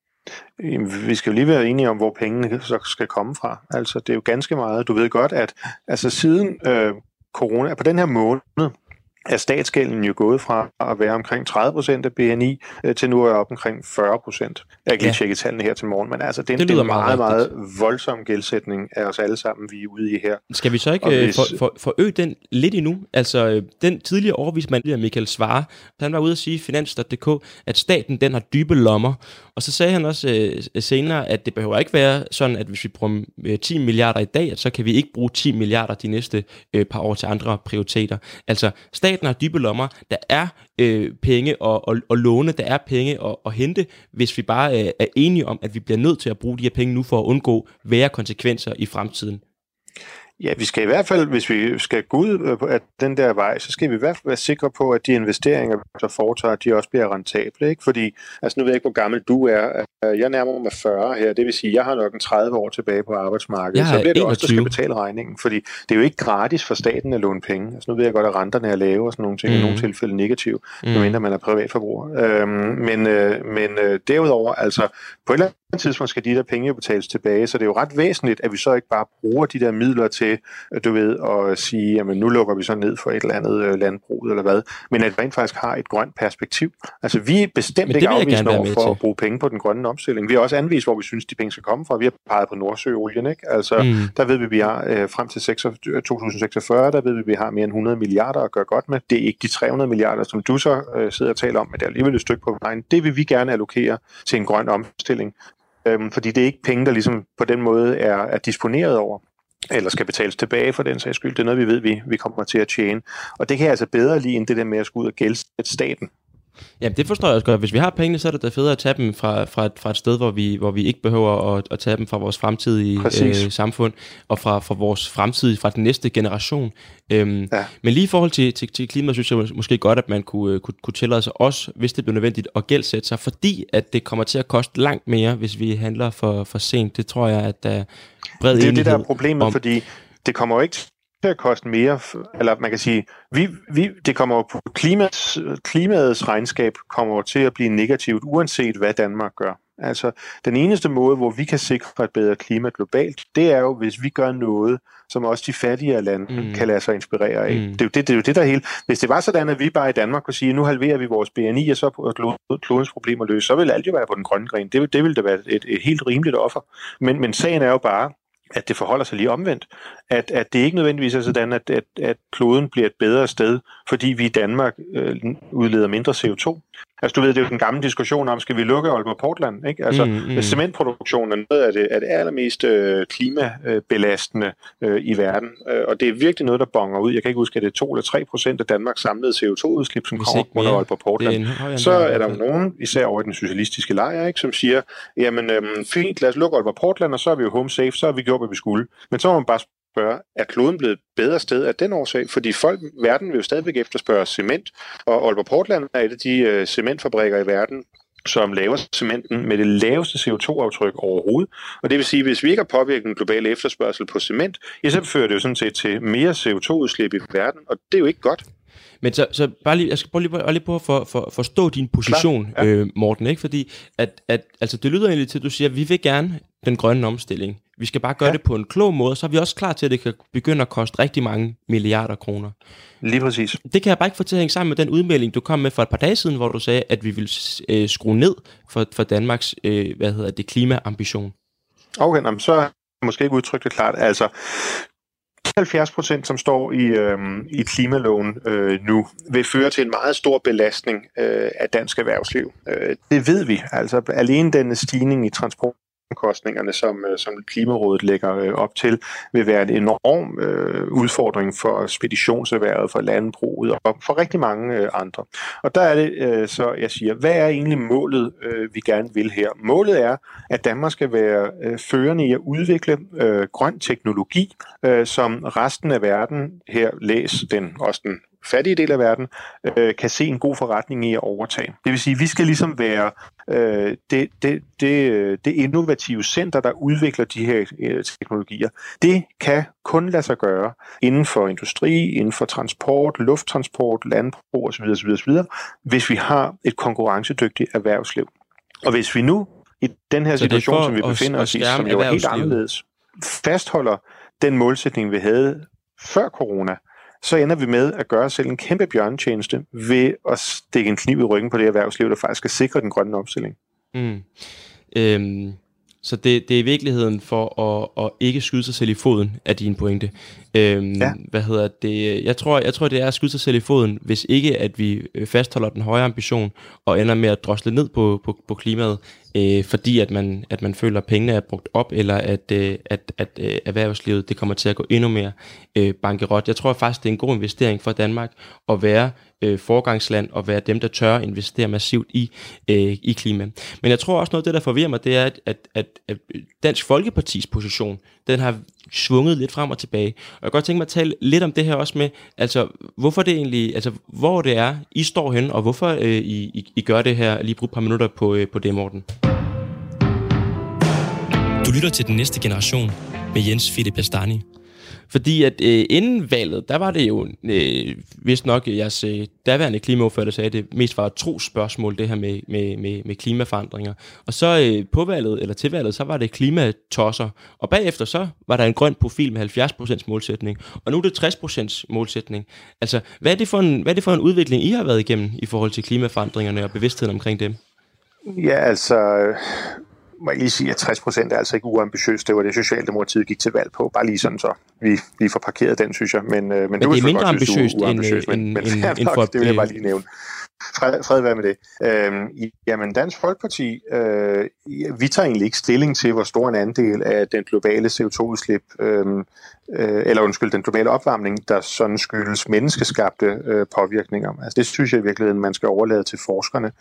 Vi skal jo lige være enige om, hvor pengene så skal komme fra. Altså, det er jo ganske meget. Du ved godt, at altså, siden corona, på den her måned, er statsgælden jo gået fra at være omkring 30% af BNI til nu er op omkring 40%. Jeg kan ikke lige tjekke tallene her til morgen, men altså, det er en meget voldsom gældsætning af os alle sammen, vi er ude i her. Skal vi så ikke forøge den lidt endnu? Altså, den tidligere overvismand, Michael Svarer, han var ude at sige i Finans.dk, at staten den har dybe lommer, og så sagde han også senere, at det behøver ikke være sådan, at hvis vi bruger 10 milliarder i dag, så kan vi ikke bruge 10 milliarder de næste par år til andre prioriteter. Altså, staten staten har dybe lommer. Der er penge og låne, der er penge at hente, hvis vi bare er enige om, at vi bliver nødt til at bruge de her penge nu for at undgå værre konsekvenser i fremtiden. Ja, vi skal i hvert fald, hvis vi skal gå ud af den der vej, så skal vi i hvert fald være sikre på, at de investeringer, der foretager, de også bliver rentable, ikke? Fordi, altså nu ved jeg ikke, hvor gammel du er. Jeg nærmer mig 40 her, det vil sige, jeg har nok en 30 år tilbage på arbejdsmarkedet. Så bliver det også, der skal betale regningen, fordi det er jo ikke gratis for staten at låne penge. Altså nu ved jeg godt, at renterne er lave og sådan nogle ting, i nogle tilfælde negative, medmindre man er privatforbruger. Men derudover, altså på et eller andet tidspunkt skal de der penge betales tilbage, så det er jo ret væsentligt, at vi så ikke bare bruger de der midler til, du ved, at sige, jamen nu lukker vi så ned for et eller andet landbrug eller hvad, men at vi rent faktisk har et grønt perspektiv. Altså vi er bestemt ikke afvisende over for at bruge penge på den grønne omstilling. Vi har også anvist, hvor vi synes, de penge skal komme fra. Vi har peget på Nordsøolien, ikke? Altså der ved vi har frem til 2046, der ved vi har mere end 100 milliarder at gøre godt med. Det er ikke de 300 milliarder, som du så sidder og taler om, men det er alligevel et stykke på vejen. Det vil vi gerne allokere til en grøn omstilling. Fordi det er ikke penge, der ligesom på den måde er disponeret over, eller skal betales tilbage for den sags skyld. Det er noget, vi ved, vi kommer til at tjene. Og det kan jeg altså bedre lide, end det der med at skulle ud og gældsætte staten. Jamen, det forstår jeg også godt. Hvis vi har pengene, så er det da federe at tage dem fra et sted, hvor vi ikke behøver at tage dem fra vores fremtidige samfund, og fra vores fremtidige, fra den næste generation. Men lige i forhold til klima, synes jeg måske godt, at man kunne tillade sig også, hvis det bliver nødvendigt, at gældsætte sig, fordi at det kommer til at koste langt mere, hvis vi handler for sent. Det tror jeg, at der er bred enighed om. Det er det, der er problemet, fordi det kommer jo ikke til at koste mere, eller man kan sige, det kommer på klimaets regnskab kommer til at blive negativt, uanset hvad Danmark gør. Altså, den eneste måde, hvor vi kan sikre et bedre klima globalt, det er jo, hvis vi gør noget, som også de fattigere lande kan lade sig inspirere af. Det er jo det, der er helt. Hvis det var sådan, at vi bare i Danmark kunne sige, nu halverer vi vores BNI, og så er klodens problemer løst, så vil alt jo være på den grønne gren. Det vil da være et helt rimeligt offer. Men sagen er jo bare, at det forholder sig lige omvendt. At det ikke nødvendigvis er sådan, at kloden bliver et bedre sted, fordi vi i Danmark udleder mindre CO2. Altså du ved, det er jo den gamle diskussion om, skal vi lukke Aalborg Portland, ikke? Altså cementproduktionen er noget af det allermest klimabelastende i verden, og det er virkelig noget, der bonger ud. Jeg kan ikke huske, at det er 2-3% af Danmarks samlede CO2-udslip, som kommer under Aalborg Portland. Så er der jo nogen, især over den socialistiske lejr, ikke, som siger, jamen fint, lad os lukke Aalborg Portland, og så er vi jo home safe, så har vi gjort, hvad vi skulle. Men så må man bare spørge, er kloden blevet et bedre sted af den årsag? Fordi verden vil jo stadigvæk efterspørge cement, og Aalborg Portland er et af de cementfabrikker i verden, som laver cementen med det laveste CO2-aftryk overhovedet. Og det vil sige, at hvis vi ikke har påvirket den globale efterspørgsel på cement, ja, så fører det jo sådan set til mere CO2-udslip i verden, og det er jo ikke godt. Men så bare lige, jeg skal prøve lige på at forstå din position, Morten, ikke? Fordi at altså det lyder egentlig til, at du siger, at vi vil gerne den grønne omstilling. Vi skal bare gøre det på en klog måde, så er vi også klar til, at det kan begynde at koste rigtig mange milliarder kroner. Lige præcis. Det kan jeg bare ikke få til at hænge sammen med den udmelding, du kom med for et par dage siden, hvor du sagde, at vi ville skrue ned for Danmarks klimaambition. Okay, så har jeg måske ikke udtrykt det klart. Altså 70%, som står i klimaloven nu, vil føre til en meget stor belastning af dansk erhvervsliv. Det ved vi. Altså alene den stigning i transportomkostningerne, som Klimarådet lægger op til, vil være en enorm udfordring for speditionserhvervet, for landbruget og for rigtig mange andre. Og der er det, så jeg siger, hvad er egentlig målet, vi gerne vil her? Målet er, at Danmark skal være førende i at udvikle grøn teknologi, som resten af verden, her læs også den fattige del af verden, kan se en god forretning i at overtage. Det vil sige, at vi skal ligesom være det innovative center, der udvikler de her teknologier. Det kan kun lade sig gøre inden for industri, inden for transport, lufttransport, landbrug osv., hvis vi har et konkurrencedygtigt erhvervsliv. Og hvis vi nu i den her situation, som vi befinder os i, som jo er helt anderledes, fastholder den målsætning, vi havde før corona, så ender vi med at gøre selv en kæmpe bjørnetjeneste ved at stikke en kniv i ryggen på det erhvervsliv, der faktisk skal sikre den grønne omstilling. Så det er i virkeligheden for at ikke skyde sig selv i foden af din pointe. Hvad hedder det? Jeg tror, det er at skyde sig selv i foden, hvis ikke at vi fastholder den høje ambition og ender med at drosle ned på klimaet, fordi at man føler, at pengene er brugt op, eller at erhvervslivet det kommer til at gå endnu mere bankerot. Jeg tror faktisk, det er en god investering for Danmark at være foregangsland og være dem, der tør investere massivt i klima. Men jeg tror også noget af det, der forvirrer mig, det er, at Dansk Folkepartis position, den har svunget lidt frem og tilbage. Og jeg kan godt tænke mig at tale lidt om det her også med, altså hvorfor det egentlig, altså hvor det er, I står hen, og hvorfor I gør det her, lige bruge et par minutter på det, Morten. Du lytter til Den Næste Generation med Jens Philip Bastani. Fordi at inden valget, der var det jo vist nok jeres daværende klimaordfører, der sagde, at det mest var et trosspørgsmål, det her med klimaforandringer. Og så på valget, eller til valget, så var det klimatosser. Og bagefter så var der en grøn profil med 70% målsætning. Og nu er det 60% målsætning. Altså, hvad er det for en udvikling, I har været igennem i forhold til klimaforandringerne og bevidstheden omkring dem? Ja, altså... må jeg lige sige, at 60% er altså ikke uambitiøst. Det var det, Socialdemokratiet gik til valg på. Bare lige sådan så. Vi får parkeret den, synes jeg. Men det er mindre ambitiøst end for... Det vil jeg bare lige nævne. Fred være med det. Jamen, Dansk Folkeparti, vi tager egentlig ikke stilling til, hvor stor en andel af den globale CO2-udslip, den globale opvarmning, der sådan skyldes menneskeskabte påvirkninger. Altså, det synes jeg i virkeligheden, man skal overlade til forskerne.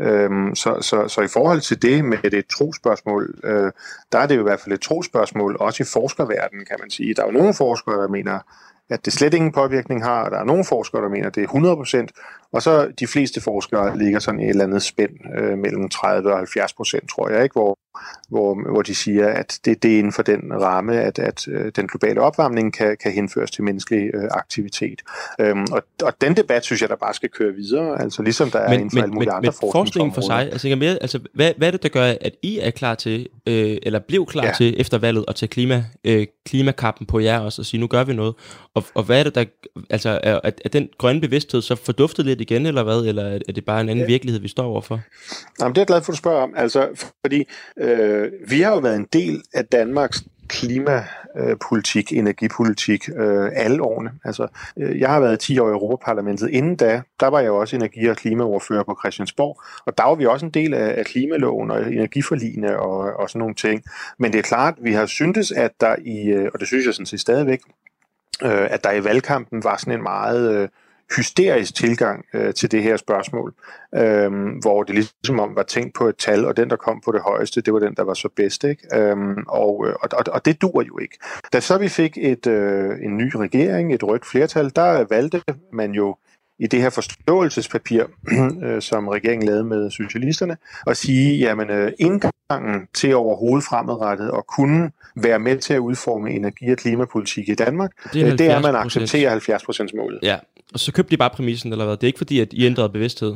Så i forhold til det med det trospørgsmål, der er det jo i hvert fald et trospørgsmål, også i forskerverdenen, kan man sige. Der er jo nogle forskere, der mener, at det slet ingen påvirkning har, og der er nogle forskere, der mener, at det er 100%, og så de fleste forskere ligger sådan et eller andet spænd mellem 30 og 70%, tror jeg, ikke? Hvor de siger, at det er inden for den ramme, at den globale opvarmning kan henføres til menneskelig aktivitet. Og den debat, synes jeg, der bare skal køre videre, altså ligesom der er inden for alle mulige andre forskningen for sig, altså hvad er det, der gør, at I er klar til, eller blev klar til efter valget, at tage klimakappen på jer også, og sige, nu gør vi noget, og hvad er det, der, altså er den grønne bevidsthed så forduftet lidt igen, eller hvad, eller er det bare en anden virkelighed, vi står overfor? Jamen, det er jeg glad for, at du spørger om, altså, fordi vi har jo været en del af Danmarks klimapolitik, energipolitik alle årene. Altså, jeg har været 10 år i Europaparlamentet. Inden da, der var jeg jo også energi- og klimaordfører på Christiansborg, og der var vi også en del af klimaloven og energiforligene og sådan nogle ting. Men det er klart, vi har syntes, at der og det synes jeg sådan set stadigvæk, at der i valgkampen var sådan en meget hysterisk tilgang til det her spørgsmål, hvor det ligesom om var tænkt på et tal, og den, der kom på det højeste, det var den, der var så bedst, ikke? Og det duer jo ikke. Da så vi fik en ny regering, et rødt flertal, der valgte man jo i det her forståelsespapir, som regeringen lavede med socialisterne, at sige, jamen indgangen til overhovedet fremadrettet og kunne være med til at udforme energi- og klimapolitik i Danmark, det er, at man accepterer 70%-målet. Ja, og så købte de bare præmissen, eller hvad? Det er ikke fordi, at I ændrede bevidsthed?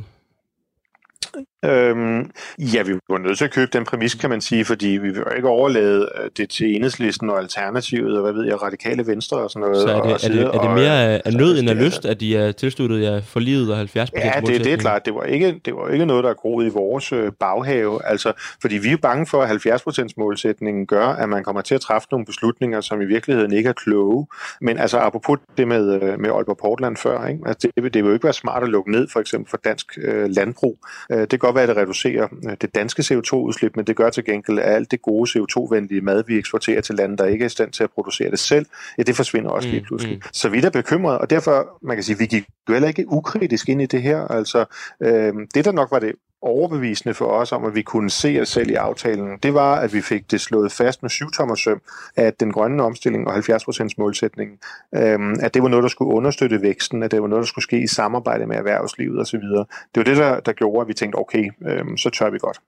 Ja, vi var nødt til at købe den præmis, kan man sige, fordi vi vil ikke overlade det til Enhedslisten og Alternativet, og hvad ved jeg, Radikale Venstre og sådan noget. Så er det mere af nød end af lyst, at de er tilsluttet jer for livet og 70%? Ja, det er klart. Det var ikke noget, der er groet i vores baghave, altså, fordi vi er bange for, at 70%-målsætningen gør, at man kommer til at træffe nogle beslutninger, som i virkeligheden ikke er kloge. Men altså, apropos det med Aalborg Portland før, ikke? Altså, det vil jo ikke være smart at lukke ned, for eksempel for dansk landbrug. Det kan godt være, at det reducerer det danske CO2-udslip, men det gør til gengæld, at alt det gode CO2-venlige mad, vi eksporterer til lande, der ikke er i stand til at producere det selv, ja, det forsvinder også lige pludselig. Så vi er bekymrede, og derfor, man kan sige, vi gik jo heller ikke ukritisk ind i det her. Altså, det der nok var det overbevisende for os om, at vi kunne se os selv i aftalen, det var, at vi fik det slået fast med 7-tommersøm, at den grønne omstilling og 70%-målsætningen, at det var noget, der skulle understøtte væksten, at det var noget, der skulle ske i samarbejde med erhvervslivet osv. Det var det, der gjorde, at vi tænkte, okay, så tør vi godt.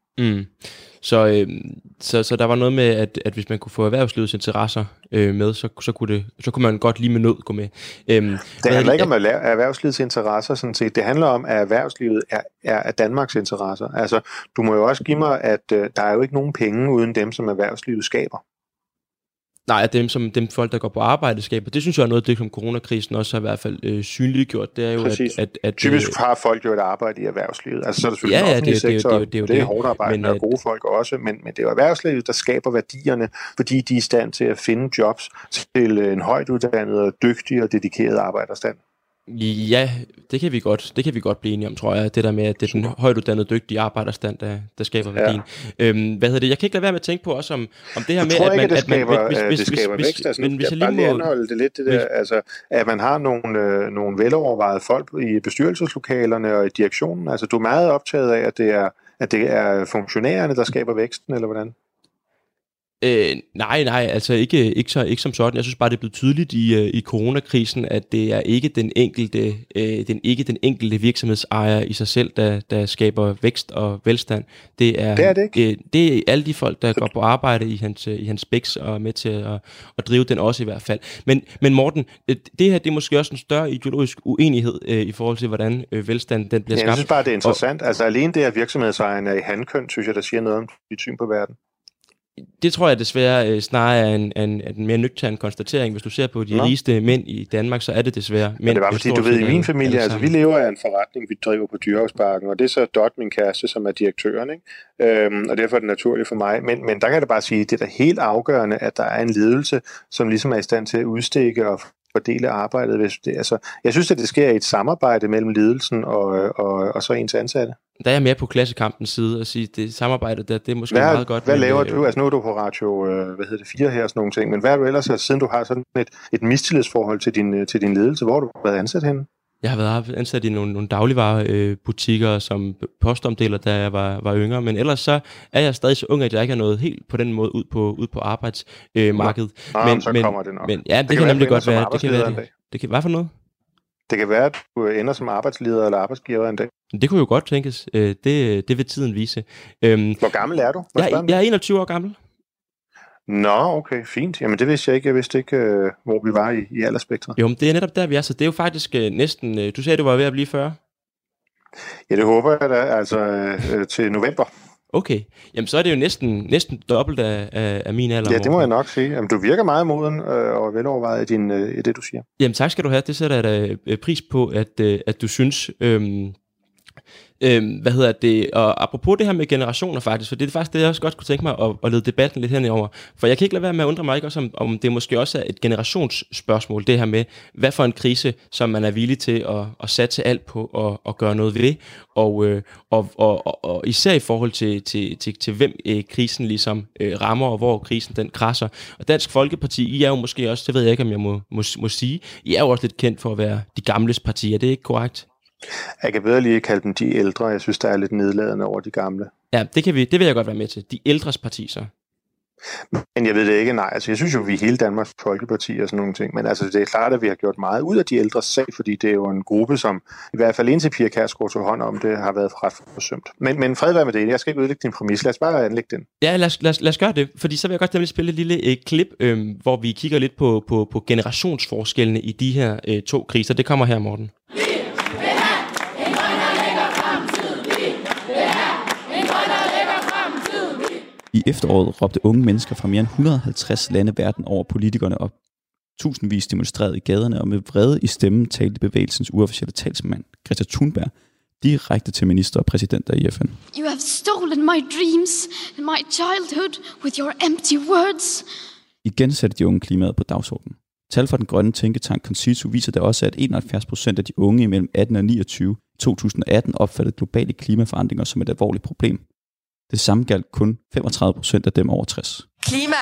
Så der var noget med, at hvis man kunne få erhvervslivets interesser med, så kunne man godt lige med nød gå med. Det handler ikke om erhvervslivets interesser, sådan set. Det handler om, at erhvervslivet er Danmarks interesser. Altså, du må jo også give mig, at der er jo ikke nogen penge uden dem, som erhvervslivet skaber. Nej, dem folk, der går på arbejde, skaber. Det synes jeg er noget af det, som coronakrisen også har i hvert fald synliggjort. Det er jo, at typisk har folk jo et arbejde i erhvervslivet. Altså så er det selvfølgelig den offentlige sektor, det er hårdt arbejde og gode folk også, men det er jo erhvervslivet, der skaber værdierne, fordi de er i stand til at finde jobs til en højt uddannet og dygtig og dedikeret arbejderstand. Ja, det kan vi godt blive enige om, tror jeg. Det der med, at det er den højtuddannede, dygtige arbejderstand, der skaber værdien. Jeg kan ikke lade være med at tænke på også om det her med, at man... det skaber vækst. Altså, jeg bare lige anholde det lidt, det der, altså, at man har nogle velovervejede folk i bestyrelseslokalerne og i direktionen. Altså, du er meget optaget af, at det er funktionærerne, der skaber væksten, eller hvordan? Nej, altså ikke som sådan. Jeg synes bare, det er blevet tydeligt i coronakrisen, at det er ikke den enkelte virksomhedsejer i sig selv, der skaber vækst og velstand. Det er det ikke. Det er alle de folk, der går på arbejde i hans bæks og er med til at drive den også i hvert fald. Men Morten, det her det er måske også en større ideologisk uenighed i forhold til, hvordan velstand den bliver skabt. Jeg synes bare, det er interessant. Altså alene det, at virksomhedsejeren er i hankøn, synes jeg, der siger noget om dit syn på verden. Det tror jeg desværre snarere er en mere nøgtern konstatering. Hvis du ser på de rigeste mænd i Danmark, så er det desværre mænd. Men det var fordi, du ved, i min familie, altså vi lever af en forretning, vi driver på Dyrehavsbakken, og det er så Dot, min kæreste, som er direktøren, ikke? Og derfor er det naturligt for mig. Men der kan jeg bare sige, at det er da helt afgørende, at der er en ledelse, som ligesom er i stand til at udstikke og fordele arbejdet. Altså, jeg synes, at det sker i et samarbejde mellem ledelsen og så ens ansatte. Der er jeg mere på klassekampens side og sige, det samarbejde der, det er måske meget godt. Hvad laver du? Altså nu er du på Radio 4 her og sådan nogle ting, men hvad er du ellers, siden du har sådan et mistillidsforhold til din ledelse? Hvor har du været ansat henne? Jeg har været ansat i nogle dagligvarebutikker som postomdeler, da jeg var yngre, men ellers så er jeg stadig så ung, at jeg ikke har nået helt på den måde ud på arbejdsmarkedet. Så kommer det nok. Men ja, det kan nemlig godt være. Det kan hvad for noget? Det kan være, at du ender som arbejdsleder eller arbejdsgiver en dag. Det kunne jo godt tænkes. Det vil tiden vise. Hvor gammel er du? Jeg er 21 år gammel. Nå, okay, fint. Jamen det vidste jeg ikke. Jeg vidste ikke, hvor vi var i aldersspektret. Jo, men det er netop der, vi er. Så det er jo faktisk næsten... Du sagde, du var ved at blive 40. Ja, det håber jeg da. Altså til november. Okay. Jamen så er det jo næsten dobbelt af min alder. Ja, det må jeg nok sige. Jamen, du virker meget moden og velovervejet i det, du siger. Jamen tak skal du have. Det sætter jeg da pris på, at du synes... Og apropos det her med generationer faktisk, for det er faktisk det, jeg også godt kunne tænke mig at lede debatten lidt henover. For jeg kan ikke lade være med at undre mig ikke også, om det måske også er et generationsspørgsmål, det her med, hvad for en krise, som man er villig til at satse alt på og gøre noget ved, og især i forhold til hvem krisen ligesom rammer, og hvor krisen den krasser. Og Dansk Folkeparti, I er jo måske også, det ved jeg ikke, om jeg må sige, I er jo også lidt kendt for at være de gamles parti, er det ikke korrekt? Jeg kan bedre lige kalde dem de ældre. Jeg synes, der er lidt nedladende over de gamle. Ja, det vil jeg godt være med til. De ældres parti, så. Men jeg ved det ikke, nej. Altså, jeg synes jo, vi er hele Danmarks Folkeparti og sådan nogle ting. Men altså, det er klart, at vi har gjort meget ud af de ældres sag, fordi det er jo en gruppe, som i hvert fald indtil Pia Kjærsgaard tog hånd om det, har været ret forsømt. Men fred være med det. Jeg skal ikke ødelægge din præmis. Lad os bare anlægge den. Ja, lad os gøre det. Fordi så vil jeg godt nemlig spille et lille klip, hvor vi kigger lidt på generationsforskellene i de her to kriser. Det kommer her, Morten. I efteråret råbte unge mennesker fra mere end 150 lande verden over politikerne op. Tusindvis demonstrerede i gaderne, og med vrede i stemmen talte bevægelsens uofficielle talsmand, Greta Thunberg, direkte til minister og præsidenter i FN. You have stolen my dreams and my childhood with your empty words. Igen satte de unge klimaet på dagsordenen. Tal fra den grønne tænketank Conciso viser da også, at 71% af de unge imellem 18 og 29 i 2018 opfattede globale klimaforandringer som et alvorligt problem. Det samme galt kun 35% af dem over 60. Klima.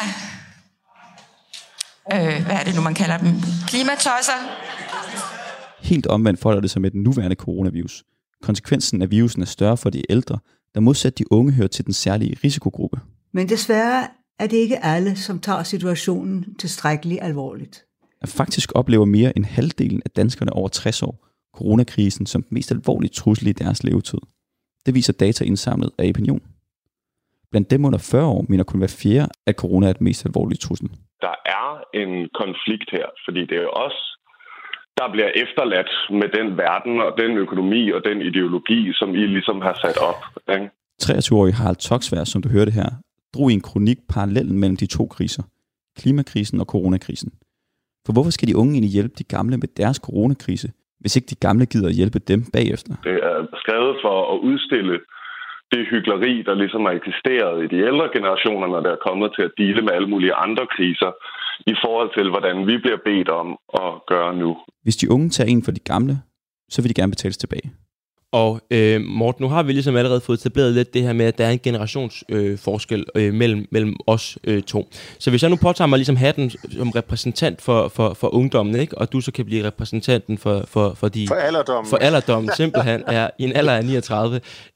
Hvad er det nu, man kalder dem? Klimatosser. Helt omvendt forholder det sig med den nuværende coronavirus. Konsekvensen af virusen er større for de ældre, der modsat de unge hører til den særlige risikogruppe. Men desværre er det ikke alle, som tager situationen tilstrækkeligt alvorligt. Faktisk oplever mere end halvdelen af danskerne over 60 år coronakrisen som den mest alvorlige trussel i deres levetid. Det viser data indsamlet af Opinion. Blandt dem under 40 år mener kun hver fjerde, at corona er den mest alvorlige trussel. Der er en konflikt her, fordi det er os, der bliver efterladt med den verden og den økonomi og den ideologi, som I ligesom har sat op. 23-årige Harald Toksvær, som du hørte her, drog i en kronik parallellen mellem de to kriser. klimakrisen og coronakrisen. For hvorfor skal de unge egentlig hjælpe de gamle med deres coronakrise, hvis ikke de gamle gider at hjælpe dem bagefter? Det er skrevet for at udstille det hykleri, der ligesom har eksisteret i de ældre generationer, når der er kommet til at dele med alle mulige andre kriser, i forhold til, hvordan vi bliver bedt om at gøre nu. Hvis de unge tager en for de gamle, så vil de gerne betales tilbage. Og Morten, nu har vi ligesom allerede fået etableret lidt det her med, at der er en generationsforskel mellem os to. Så hvis jeg nu påtager mig ligesom hatten som repræsentant for ungdommen, ikke? Og du så kan blive repræsentanten for alderdommen. For alderdommen, simpelthen er i en alder af 39.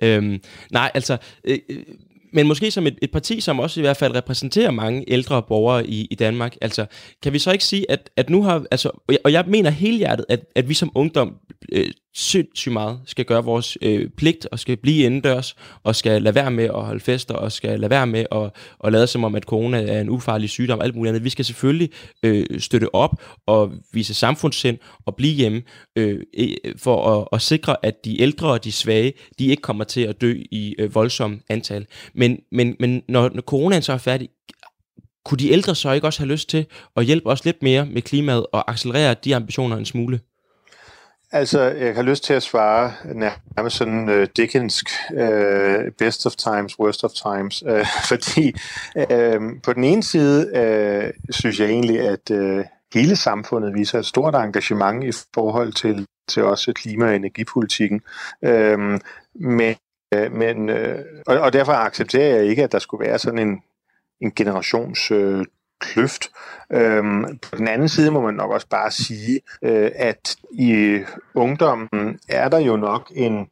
Men måske som et parti, som også i hvert fald repræsenterer mange ældre borgere i Danmark. Altså, kan vi så ikke sige, at nu har... Altså, og jeg mener helhjertet, at vi som ungdom sindssygt meget skal gøre vores pligt, og skal blive indendørs, og skal lade være med at holde fester, og skal lade være med at lade som om, at corona er en ufarlig sygdom og alt muligt andet. Vi skal selvfølgelig støtte op og vise samfundssind og blive hjemme for at sikre, at de ældre og de svage, de ikke kommer til at dø i voldsom antal. Men når coronaen så er færdig, kunne de ældre så ikke også have lyst til at hjælpe os lidt mere med klimaet og accelerere de ambitioner en smule? Altså, jeg har lyst til at svare nærmest sådan Dickensk, best of times, worst of times, fordi på den ene side synes jeg egentlig, at hele samfundet viser et stort engagement i forhold til også klima- og energipolitikken, og derfor accepterer jeg ikke, at der skulle være sådan en generations kløft. På den anden side må man nok også bare sige, at i ungdommen er der jo nok en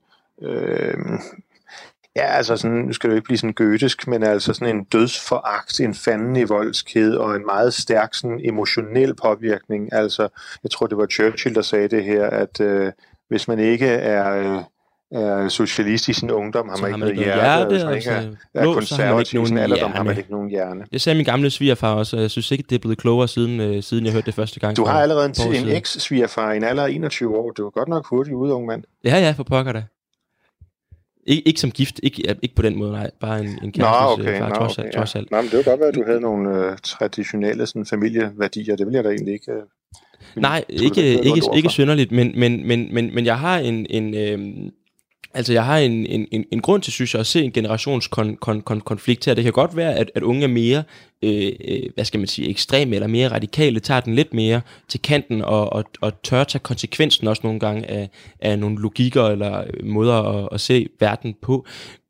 altså sådan, nu skal det jo ikke blive sådan gøtisk, men altså sådan en dødsforagt, en fanden i voldsked og en meget stærk sådan emotionel påvirkning. Altså, jeg tror det var Churchill, der sagde det her, at hvis man ikke er socialist i sin ungdom, har man ikke noget hjerte. Hvis man ikke er konservativ i sin alderdom, har man ikke nogen hjerne. Det sagde min gamle svigerfar også, og jeg synes ikke, det er blevet klogere, siden jeg hørte det første gang. Du har allerede en eks-svigerfar i en alder af 21 år. Det var godt nok hurtigt ude, unge mand. Ja, for pokker da. Ikke som gift, ikke på den måde, nej. Bare en kæreste. Trods alt. Nå, men det var godt være, at du havde nogle traditionelle sådan, familieværdier. Det ville jeg da egentlig ikke... Nej, ikke synderligt, men jeg har en grund til, synes jeg, at se en generationskonflikt her. Det kan godt være, at unge er mere, ekstreme eller mere radikale, tager den lidt mere til kanten og tør tage konsekvensen også nogle gange af nogle logikker eller måder at se verden på.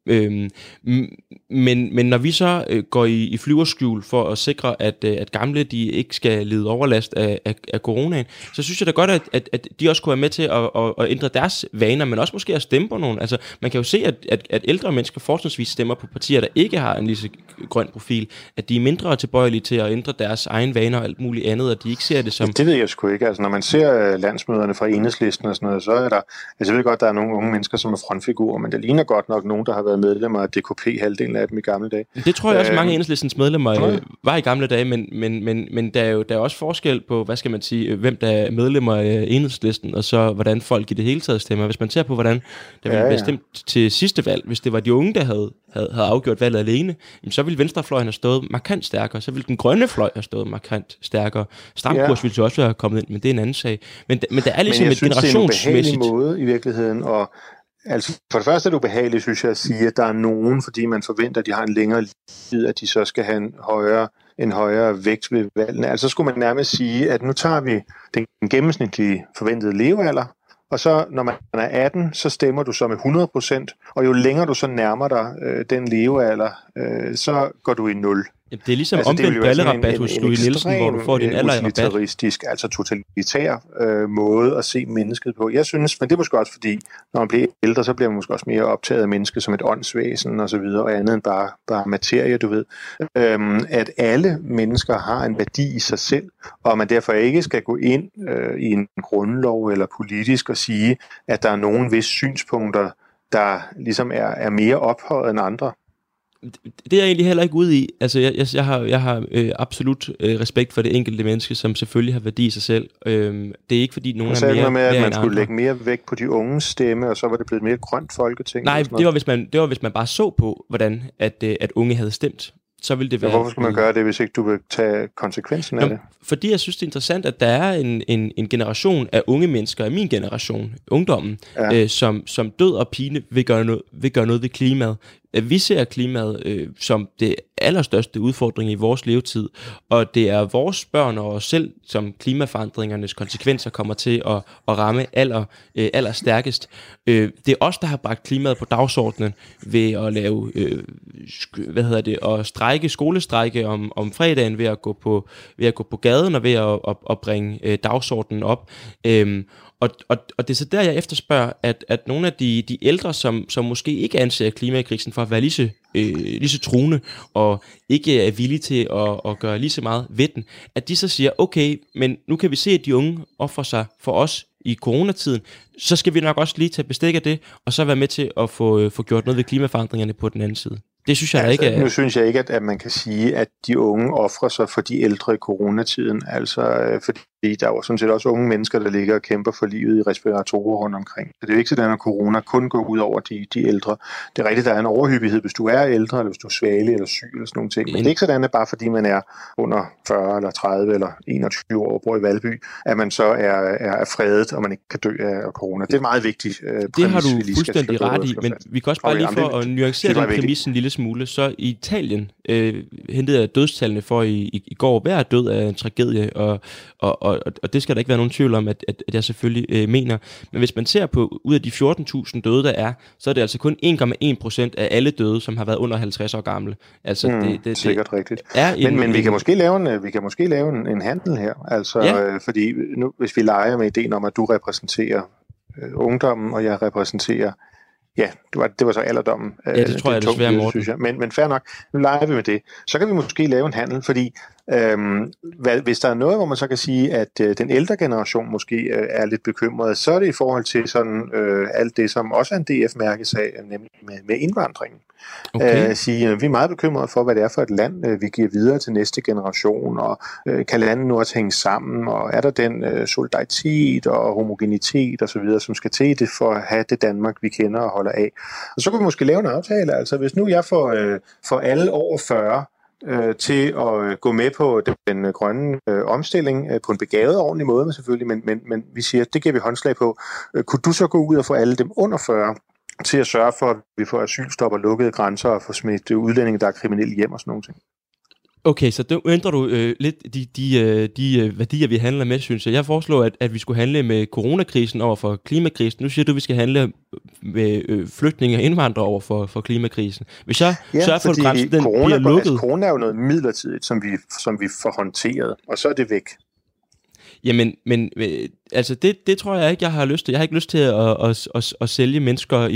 Men når vi så går i flyverskjul for at sikre, at gamle de ikke skal lide overlast af coronaen, så synes jeg da godt, at de også kunne være med til at ændre deres vaner, men også måske at stemme på nogen. Altså, man kan jo se, at ældre mennesker fortrinsvis stemmer på partier, der ikke har en lige så grøn profil, at de er mindre tilbøjelige til at ændre deres egen vaner og alt muligt andet, og de ikke ser det som... Det ved jeg sgu ikke. Altså, når man ser landsmøderne fra Enhedslisten og sådan noget, så er der... Altså, jeg ved godt, der er nogle unge mennesker, som er frontfigurer, men det ligner godt nok nogen, der har været medlemmer af DKP, halvdelen af dem i gamle dage. Det tror jeg også, mange af Enhedslistens medlemmer var i gamle dage, men der er også forskel på, hvad skal man sige, hvem der er medlemmer af Enhedslisten, og så hvordan folk i det hele taget stemmer. Hvis man ser på, hvordan der ville blive stemt til sidste valg, hvis det var de unge, der havde afgjort valget alene, så ville venstrefløjen have stået markant stærkere, så ville den grønne fløj have stået markant stærkere. Stramkurs ville jo også have kommet ind, men det er en anden sag. Men der er ligesom et generationsmæssigt... Men jeg synes, det er en ubehagelig måde i virkeligheden, og altså, for det første er det ubehageligt, synes jeg, at sige, at der er nogen, fordi man forventer, at de har en længere tid, at de så skal have en højere vægt ved valgene. Altså, så skulle man nærmest sige, at nu tager vi den gennemsnitlige forventede levealder, og så, når man er 18, så stemmer du så med 100%, og jo længere du så nærmer dig den levealder, så går du i 0. Det er ligesom omvendt brillerabat hos Louis Nielsen, hvor du får din alder i rabat. Utilitaristisk, altså totalitær måde at se mennesket på. Jeg synes, men det er måske også fordi, når man bliver ældre, så bliver man måske også mere optaget af mennesket som et åndsvæsen og så videre, og andet end bare materie, du ved. At alle mennesker har en værdi i sig selv, og man derfor ikke skal gå ind i en grundlov eller politisk og sige, at der er nogen visse synspunkter, der ligesom er mere ophøjet end andre. Det er jeg egentlig heller ikke ude i. Altså, jeg har absolut respekt for det enkelte menneske, som selvfølgelig har værdi i sig selv. Det er ikke fordi nogen er mere med, at man skulle lægge mere vægt på de unges stemme, og så var det blevet mere grønt folketing. Nej, det var hvis man bare så på, hvordan at unge havde stemt. så vil det være... Hvorfor skulle man gøre det, hvis ikke du vil tage konsekvensen af det? Fordi jeg synes, det er interessant, at der er en generation af unge mennesker, af min generation, ungdommen, som død og pine vil gøre noget ved klimaet. Vi ser klimaet som det allerstørste udfordring i vores levetid, og det er vores børn og os selv, som klimaforandringernes konsekvenser kommer til at ramme allerstærkest. Det er os, der har bragt klimaet på dagsordenen ved at lave skolestrække om fredagen, ved at gå på gaden og ved at bringe dagsordenen op. Og det er så der, jeg efterspørger, at nogle af de ældre, som måske ikke anser klimakrisen for at være lige så truende, og ikke er villige til at gøre lige så meget ved den, at de så siger, okay, men nu kan vi se, at de unge offrer sig for os i coronatiden, så skal vi nok også lige tage bestik af det, og så være med til at få gjort noget ved klimaforandringerne på den anden side. Det synes jeg ikke er... Nu synes jeg ikke, at man kan sige, at de unge offrer sig for de ældre i coronatiden. Fordi der er jo sådan set også unge mennesker, der ligger og kæmper for livet i respiratorer rundt omkring. Så det er jo ikke sådan, at corona kun går ud over de ældre. Det er rigtigt, der er en overhyppighed, hvis du er ældre, eller hvis du er svagelig eller syg, eller sådan nogle ting. Men det er ikke sådan, at bare fordi man er under 40 eller 30 eller 21 år og bor i Valby, at man så er fredet, og man ikke kan dø af corona. Det er meget vigtigt. Det har du fuldstændig ret i, men vi kan også bare lige for at nuancere den præmis en lille smule. Så i Italien hentede jeg dødstallene for i går. Hver død er en tragedie, og det skal der ikke være nogen tvivl om, at jeg selvfølgelig mener. Men hvis man ser på, ud af de 14.000 døde, der er, så er det altså kun 1,1% af alle døde, som har været under 50 år gamle. Altså, det sikkert rigtigt. Men vi kan måske lave en handel her. Fordi nu, hvis vi leger med ideen om, at du repræsenterer ungdommen, og jeg repræsenterer... Ja, det var så alderdommen. Ja, det tror jeg desværre, Morten. Synes jeg. Men fair nok, nu leger vi med det. Så kan vi måske lave en handel, fordi hvis der er noget, hvor man så kan sige, at den ældre generation måske er lidt bekymret, så er det i forhold til sådan alt det, som også er en DF-mærkesag, nemlig med indvandringen. Okay. Vi er meget bekymrede for, hvad det er for et land, vi giver videre til næste generation, og kan landet nu også hænge sammen, og er der den solidaritet og homogenitet osv., som skal til det for at have det Danmark, vi kender og holder af. Og så kan vi måske lave en aftale, altså hvis nu jeg får alle over 40 til at gå med på den grønne omstilling på en begavet og ordentlig måde selvfølgelig, men vi siger, at det giver vi håndslag på. Kunne du så gå ud og få alle dem under 40 til at sørge for, at vi får asylstop og lukkede grænser og får smidt udlændinge, der er kriminelle hjem og sådan nogle ting? Okay, så nu ændrer du lidt de værdier, vi handler med, synes jeg. Jeg foreslår, at vi skulle handle med coronakrisen over for klimakrisen. Nu siger du, at vi skal handle med flygtninge og indvandrere over for klimakrisen. Hvis jeg sørger for, at grænsen bliver lukket... Altså, corona er jo noget midlertidigt, som vi får håndteret, og så er det væk. Jamen, men altså det tror jeg ikke, jeg har lyst til. Jeg har ikke lyst til at sælge mennesker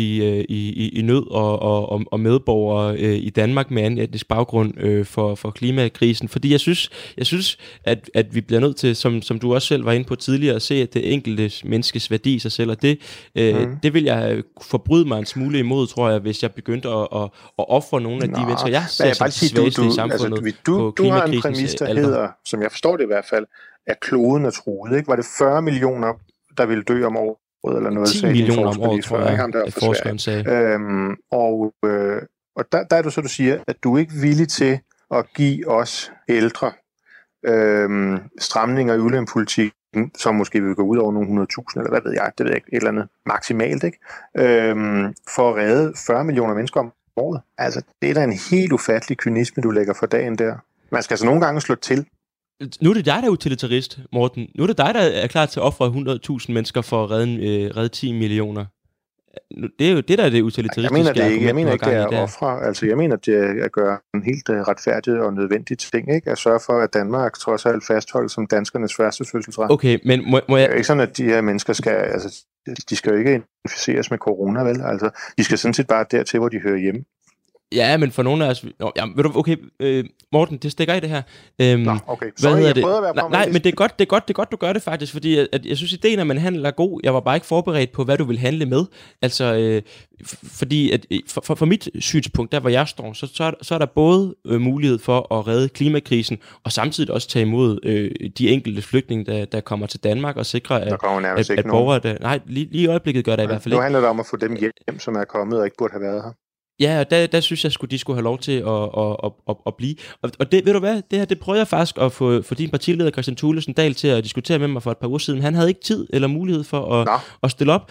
i nød og medborgere i Danmark med anden etnisk baggrund for klimakrisen, fordi jeg synes at vi bliver nødt til, som du også selv var inde på tidligere, at se, at det enkelte menneskes værdi i sig selv, og det vil jeg forbryde mig en smule imod, tror jeg, hvis jeg begyndte at ofre nogle af de mennesker, jeg ser som svageste i samfundet på klimakrisen. Du har en præmis, der hedder, som jeg forstår det i hvert fald, at kloden er truet, ikke? Var det 40 millioner, der ville dø om året, eller noget? 10 millioner om året, tror jeg, at forskeren sagde. Og der er du så, du siger, at du er ikke villig til at give os ældre stramninger i udlændingepolitikken, som måske vil gå ud over nogle 100.000, eller hvad ved jeg, det ved jeg ikke, et eller andet maksimalt, ikke? For at redde 40 millioner mennesker om året. Altså, det er da en helt ufattelig kynisme, du lægger for dagen der. Man skal altså nogle gange slå til. Nu er det dig, der er utilitarist, Morten. Nu er det dig, der er klar til at ofre 100.000 mennesker for at redde 10 millioner. Det er jo det, der er det utilitaristiske. Jeg mener ikke, det er at ofre. Altså, jeg mener, det er at gøre en helt retfærdig og nødvendig ting, ikke? At sørge for, at Danmark trods alt fastholdes som danskernes første fødselsret. Okay, men må jeg... Det er ikke sådan, at de her mennesker skal... Altså, de skal jo ikke inficeres med corona, vel? Altså, de skal sådan set bare dertil, hvor de hører hjemme. Ja, men for nogle af os... Okay, Morten, det stikker i det her. Okay. Sorry, jeg prøvede at være nej, men det er godt, du gør det faktisk, fordi at jeg synes, ideen, at man handler er god. Jeg var bare ikke forberedt på, hvad du vil handle med. Altså, fordi at for mit synspunkt, der hvor jeg står, så er der både mulighed for at redde klimakrisen, og samtidig også tage imod de enkelte flygtninge, der kommer til Danmark, og sikre, at borgere... Nej, lige i øjeblikket gør det i hvert fald ikke. Nu handler det om at få dem hjem, som er kommet og ikke burde have været her. Ja, og der synes jeg, de skulle have lov til at blive. Og det, ved du hvad, det her, det prøvede jeg faktisk at få din partileder, Kristian Thulesen Dahl, til at diskutere med mig for et par uger siden. Han havde ikke tid eller mulighed for at stille op.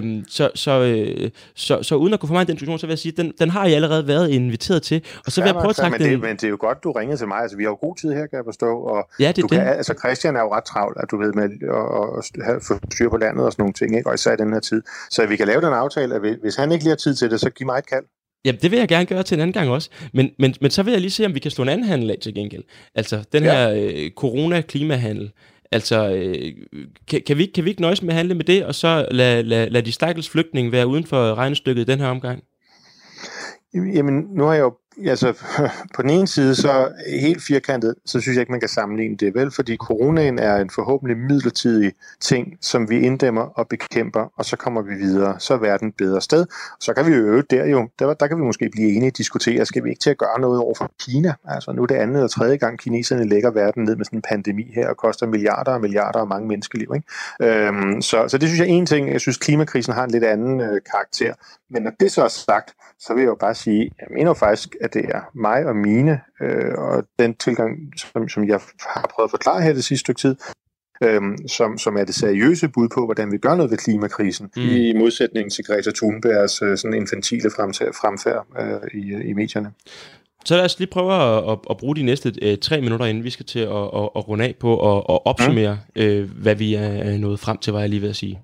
Så uden at kunne få mig i den diskussion, så vil jeg sige, at den har jeg allerede været inviteret til. Og så vil jeg prøve at trække den. Men det er jo godt, du ringede til mig. Altså, vi har jo god tid her, kan jeg forstå. Og ja, det kan, altså, Christian er jo ret travlt, at du ved, med at få styr på landet og sådan nogle ting, ikke? Og især i den her tid. Så vi kan lave den aftale, at hvis han ikke lige har tid til det, så giv mig et kald. Jamen, det vil jeg gerne gøre til en anden gang også. Men så vil jeg lige se, om vi kan slå en anden handel af til gengæld. Altså, den her corona-klimahandel. Altså, kan vi ikke nøjes med at handle med det, og så lad de stakkels flygtninge være uden for regnestykket i den her omgang? Jamen, nu har jeg jo, altså, på den ene side, så helt firkantet, så synes jeg ikke, man kan sammenligne det, vel? Fordi coronaen er en forhåbentlig midlertidig ting, som vi inddæmmer og bekæmper, og så kommer vi videre. Så er verden et bedre sted. Så kan vi jo der kan vi måske blive enige og diskutere, skal vi ikke til at gøre noget over for Kina? Altså, nu er det anden eller tredje gang, kineserne lægger verden ned med sådan en pandemi her, og koster milliarder og milliarder og mange menneskeliv, ikke? Så det synes jeg er en ting. Jeg synes, klimakrisen har en lidt anden karakter. Men når det så er sagt, så vil jeg jo bare sige, jeg mener faktisk, at det er mig og mine, og den tilgang, som jeg har prøvet at forklare her det sidste stykke tid, som er det seriøse bud på, hvordan vi gør noget ved klimakrisen, i modsætning til Greta Thunbergs sådan infantile fremfærd i medierne. Så lad os lige prøve at bruge de næste 3 minutter, inden vi skal til at runde af på og opsummere, hvad vi er nået frem til, hvad jeg lige ved at sige.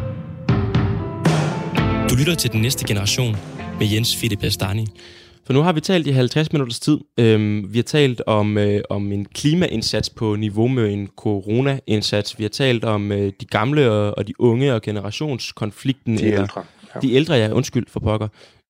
Du lytter til Den Næste Generation med Jens Philip Astani. For nu har vi talt i 50 minutters tid. Vi har talt om en klimaindsats på niveau med en corona-indsats. Vi har talt om de gamle og de unge og generationskonflikten. De ældre. Ja. De ældre, ja. Undskyld for pokker.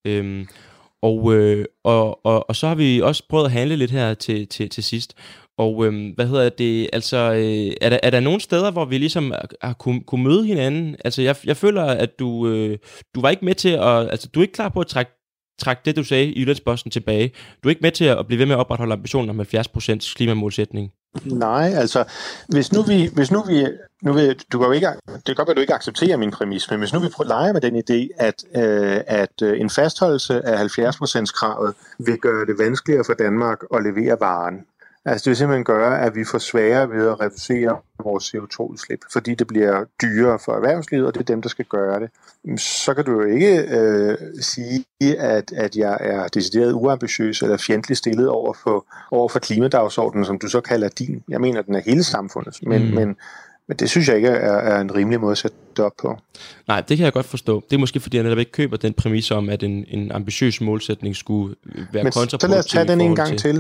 Og så har vi også prøvet at handle lidt her til sidst. Og altså, er der nogle steder, hvor vi ligesom har kunne møde hinanden? Altså, jeg føler, at du var ikke med til at, altså, du er ikke klar på at trække det, du sagde i Jyllands-Posten tilbage. Du er ikke med til at blive ved med at opretholde ambitionen om 70% klimamålsætning. Nej, altså, hvis nu vi du kan jo ikke, det kan godt være, at du ikke accepterer min præmis, men hvis nu vi leger med den idé, at en fastholdelse af 70%-kravet vil gøre det vanskeligere for Danmark at levere varen. Altså det vil simpelthen gøre, at vi får sværere ved at reducere vores CO2-udslip, fordi det bliver dyrere for erhvervslivet, og det er dem, der skal gøre det. Så kan du jo ikke sige, at jeg er decideret uambitiøs eller fjendtligt stillet over for klimadagsordenen, som du så kalder din. Jeg mener, den er hele samfundet, men det synes jeg ikke er en rimelig måde at sætte det op på. Nej, det kan jeg godt forstå. Det er måske, fordi jeg netop ikke køber den præmis om, at en ambitiøs målsætning skulle være kontraproduktiv. Så lad os tage den en gang til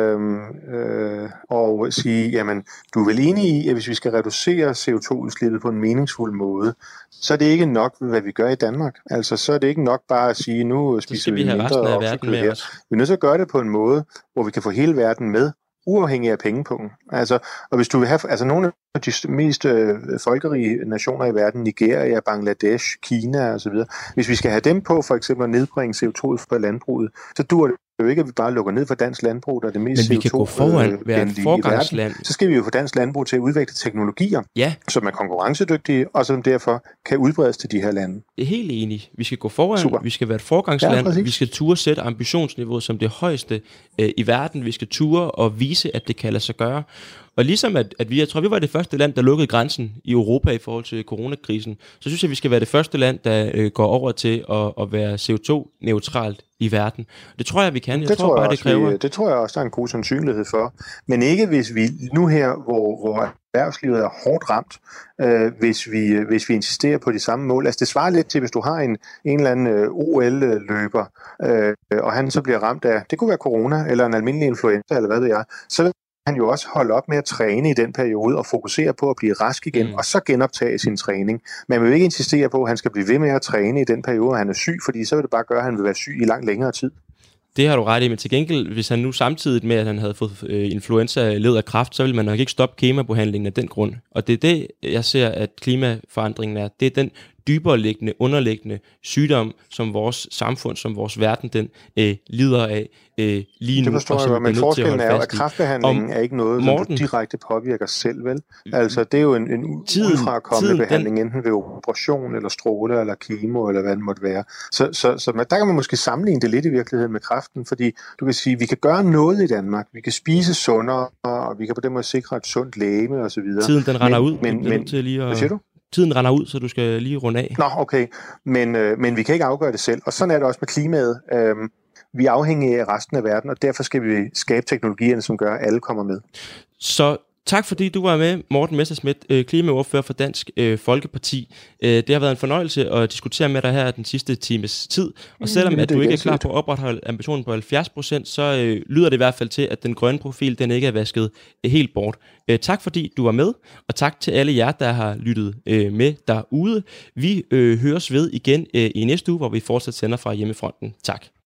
og sige, jamen, du er vel enig i, at hvis vi skal reducere CO2-udslippet på en meningsfuld måde, så er det ikke nok, hvad vi gør i Danmark. Altså, så er det ikke nok bare at sige, nu spiser vi mindre oksekød her. Vi er nødt til at gøre det på en måde, hvor vi kan få hele verden med, uafhængig af pengepunkten. Altså, og hvis du vil have, altså nogle af de mest folkerige nationer i verden, Nigeria, Bangladesh, Kina osv., hvis vi skal have dem på for eksempel at nedbringe CO2 fra landbruget, så dur det jo ikke, at vi bare lukker ned for dansk landbrug, der er det mest CO2-venlige i verden. Så skal vi jo få dansk landbrug til at udvikle teknologier, som er konkurrencedygtige, og som derfor kan udbredes til de her lande. Jeg er helt enig. Vi skal gå foran, Super. Vi skal være et forgangsland, vi skal ture sætte ambitionsniveauet som det højeste i verden, vi skal ture og vise, at det kan lade sig gøre. Og ligesom at jeg tror, vi var det første land, der lukkede grænsen i Europa i forhold til coronakrisen, så synes jeg, vi skal være det første land, der går over til at være CO2-neutralt i verden. Det tror jeg, vi kan. Jeg tror bare, det kræver. Det tror jeg også, der er en god sandsynlighed for. Men ikke hvis vi nu her, hvor erhvervslivet er hårdt ramt, hvis vi insisterer på de samme mål. Altså det svarer lidt til, hvis du har en eller anden OL-løber, og han så bliver ramt af, det kunne være corona, eller en almindelig influenza, eller hvad det er, så han jo også holde op med at træne i den periode og fokusere på at blive rask igen, og så genoptage sin træning. Man vil jo ikke insistere på, at han skal blive ved med at træne i den periode, han er syg, fordi så vil det bare gøre, at han vil være syg i langt længere tid. Det har du ret i, men til gengæld, hvis han nu samtidig med, at han havde fået influenza led af kræft, så vil man nok ikke stoppe kemabehandlingen af den grund. Og det er det, jeg ser, at klimaforandringen er. Det er den dybere liggende, underliggende sygdom, som vores samfund, som vores verden, den lider af lige nu. Det forstår jeg godt, men forskellen er jo, at kræftbehandlingen er ikke noget, som du direkte påvirker selv, vel? Altså, det er jo en udefrakommende behandling, enten ved operation, eller stråle, eller kemo, eller hvad det måtte være. Så der kan man måske sammenligne det lidt i virkeligheden med kræften, fordi du kan sige, at vi kan gøre noget i Danmark. Vi kan spise sundere, og vi kan på den måde sikre et sundt lægeme, og så videre. Tiden, den render ud. Hvad siger du? Tiden render ud, så du skal lige runde af. Nå, okay. Men vi kan ikke afgøre det selv. Og sådan er det også med klimaet. Vi er afhængige af resten af verden, og derfor skal vi skabe teknologierne, som gør, at alle kommer med. Så tak fordi du var med, Morten Messerschmidt, klimaordfører for Dansk Folkeparti. Det har været en fornøjelse at diskutere med dig her den sidste times tid. Og selvom at du ikke er klar på at opretholde ambitionen på 70%, så lyder det i hvert fald til, at den grønne profil den ikke er vasket helt bort. Tak fordi du var med, og tak til alle jer, der har lyttet med derude. Vi høres ved igen i næste uge, hvor vi fortsat sender fra Hjemmefronten. Tak.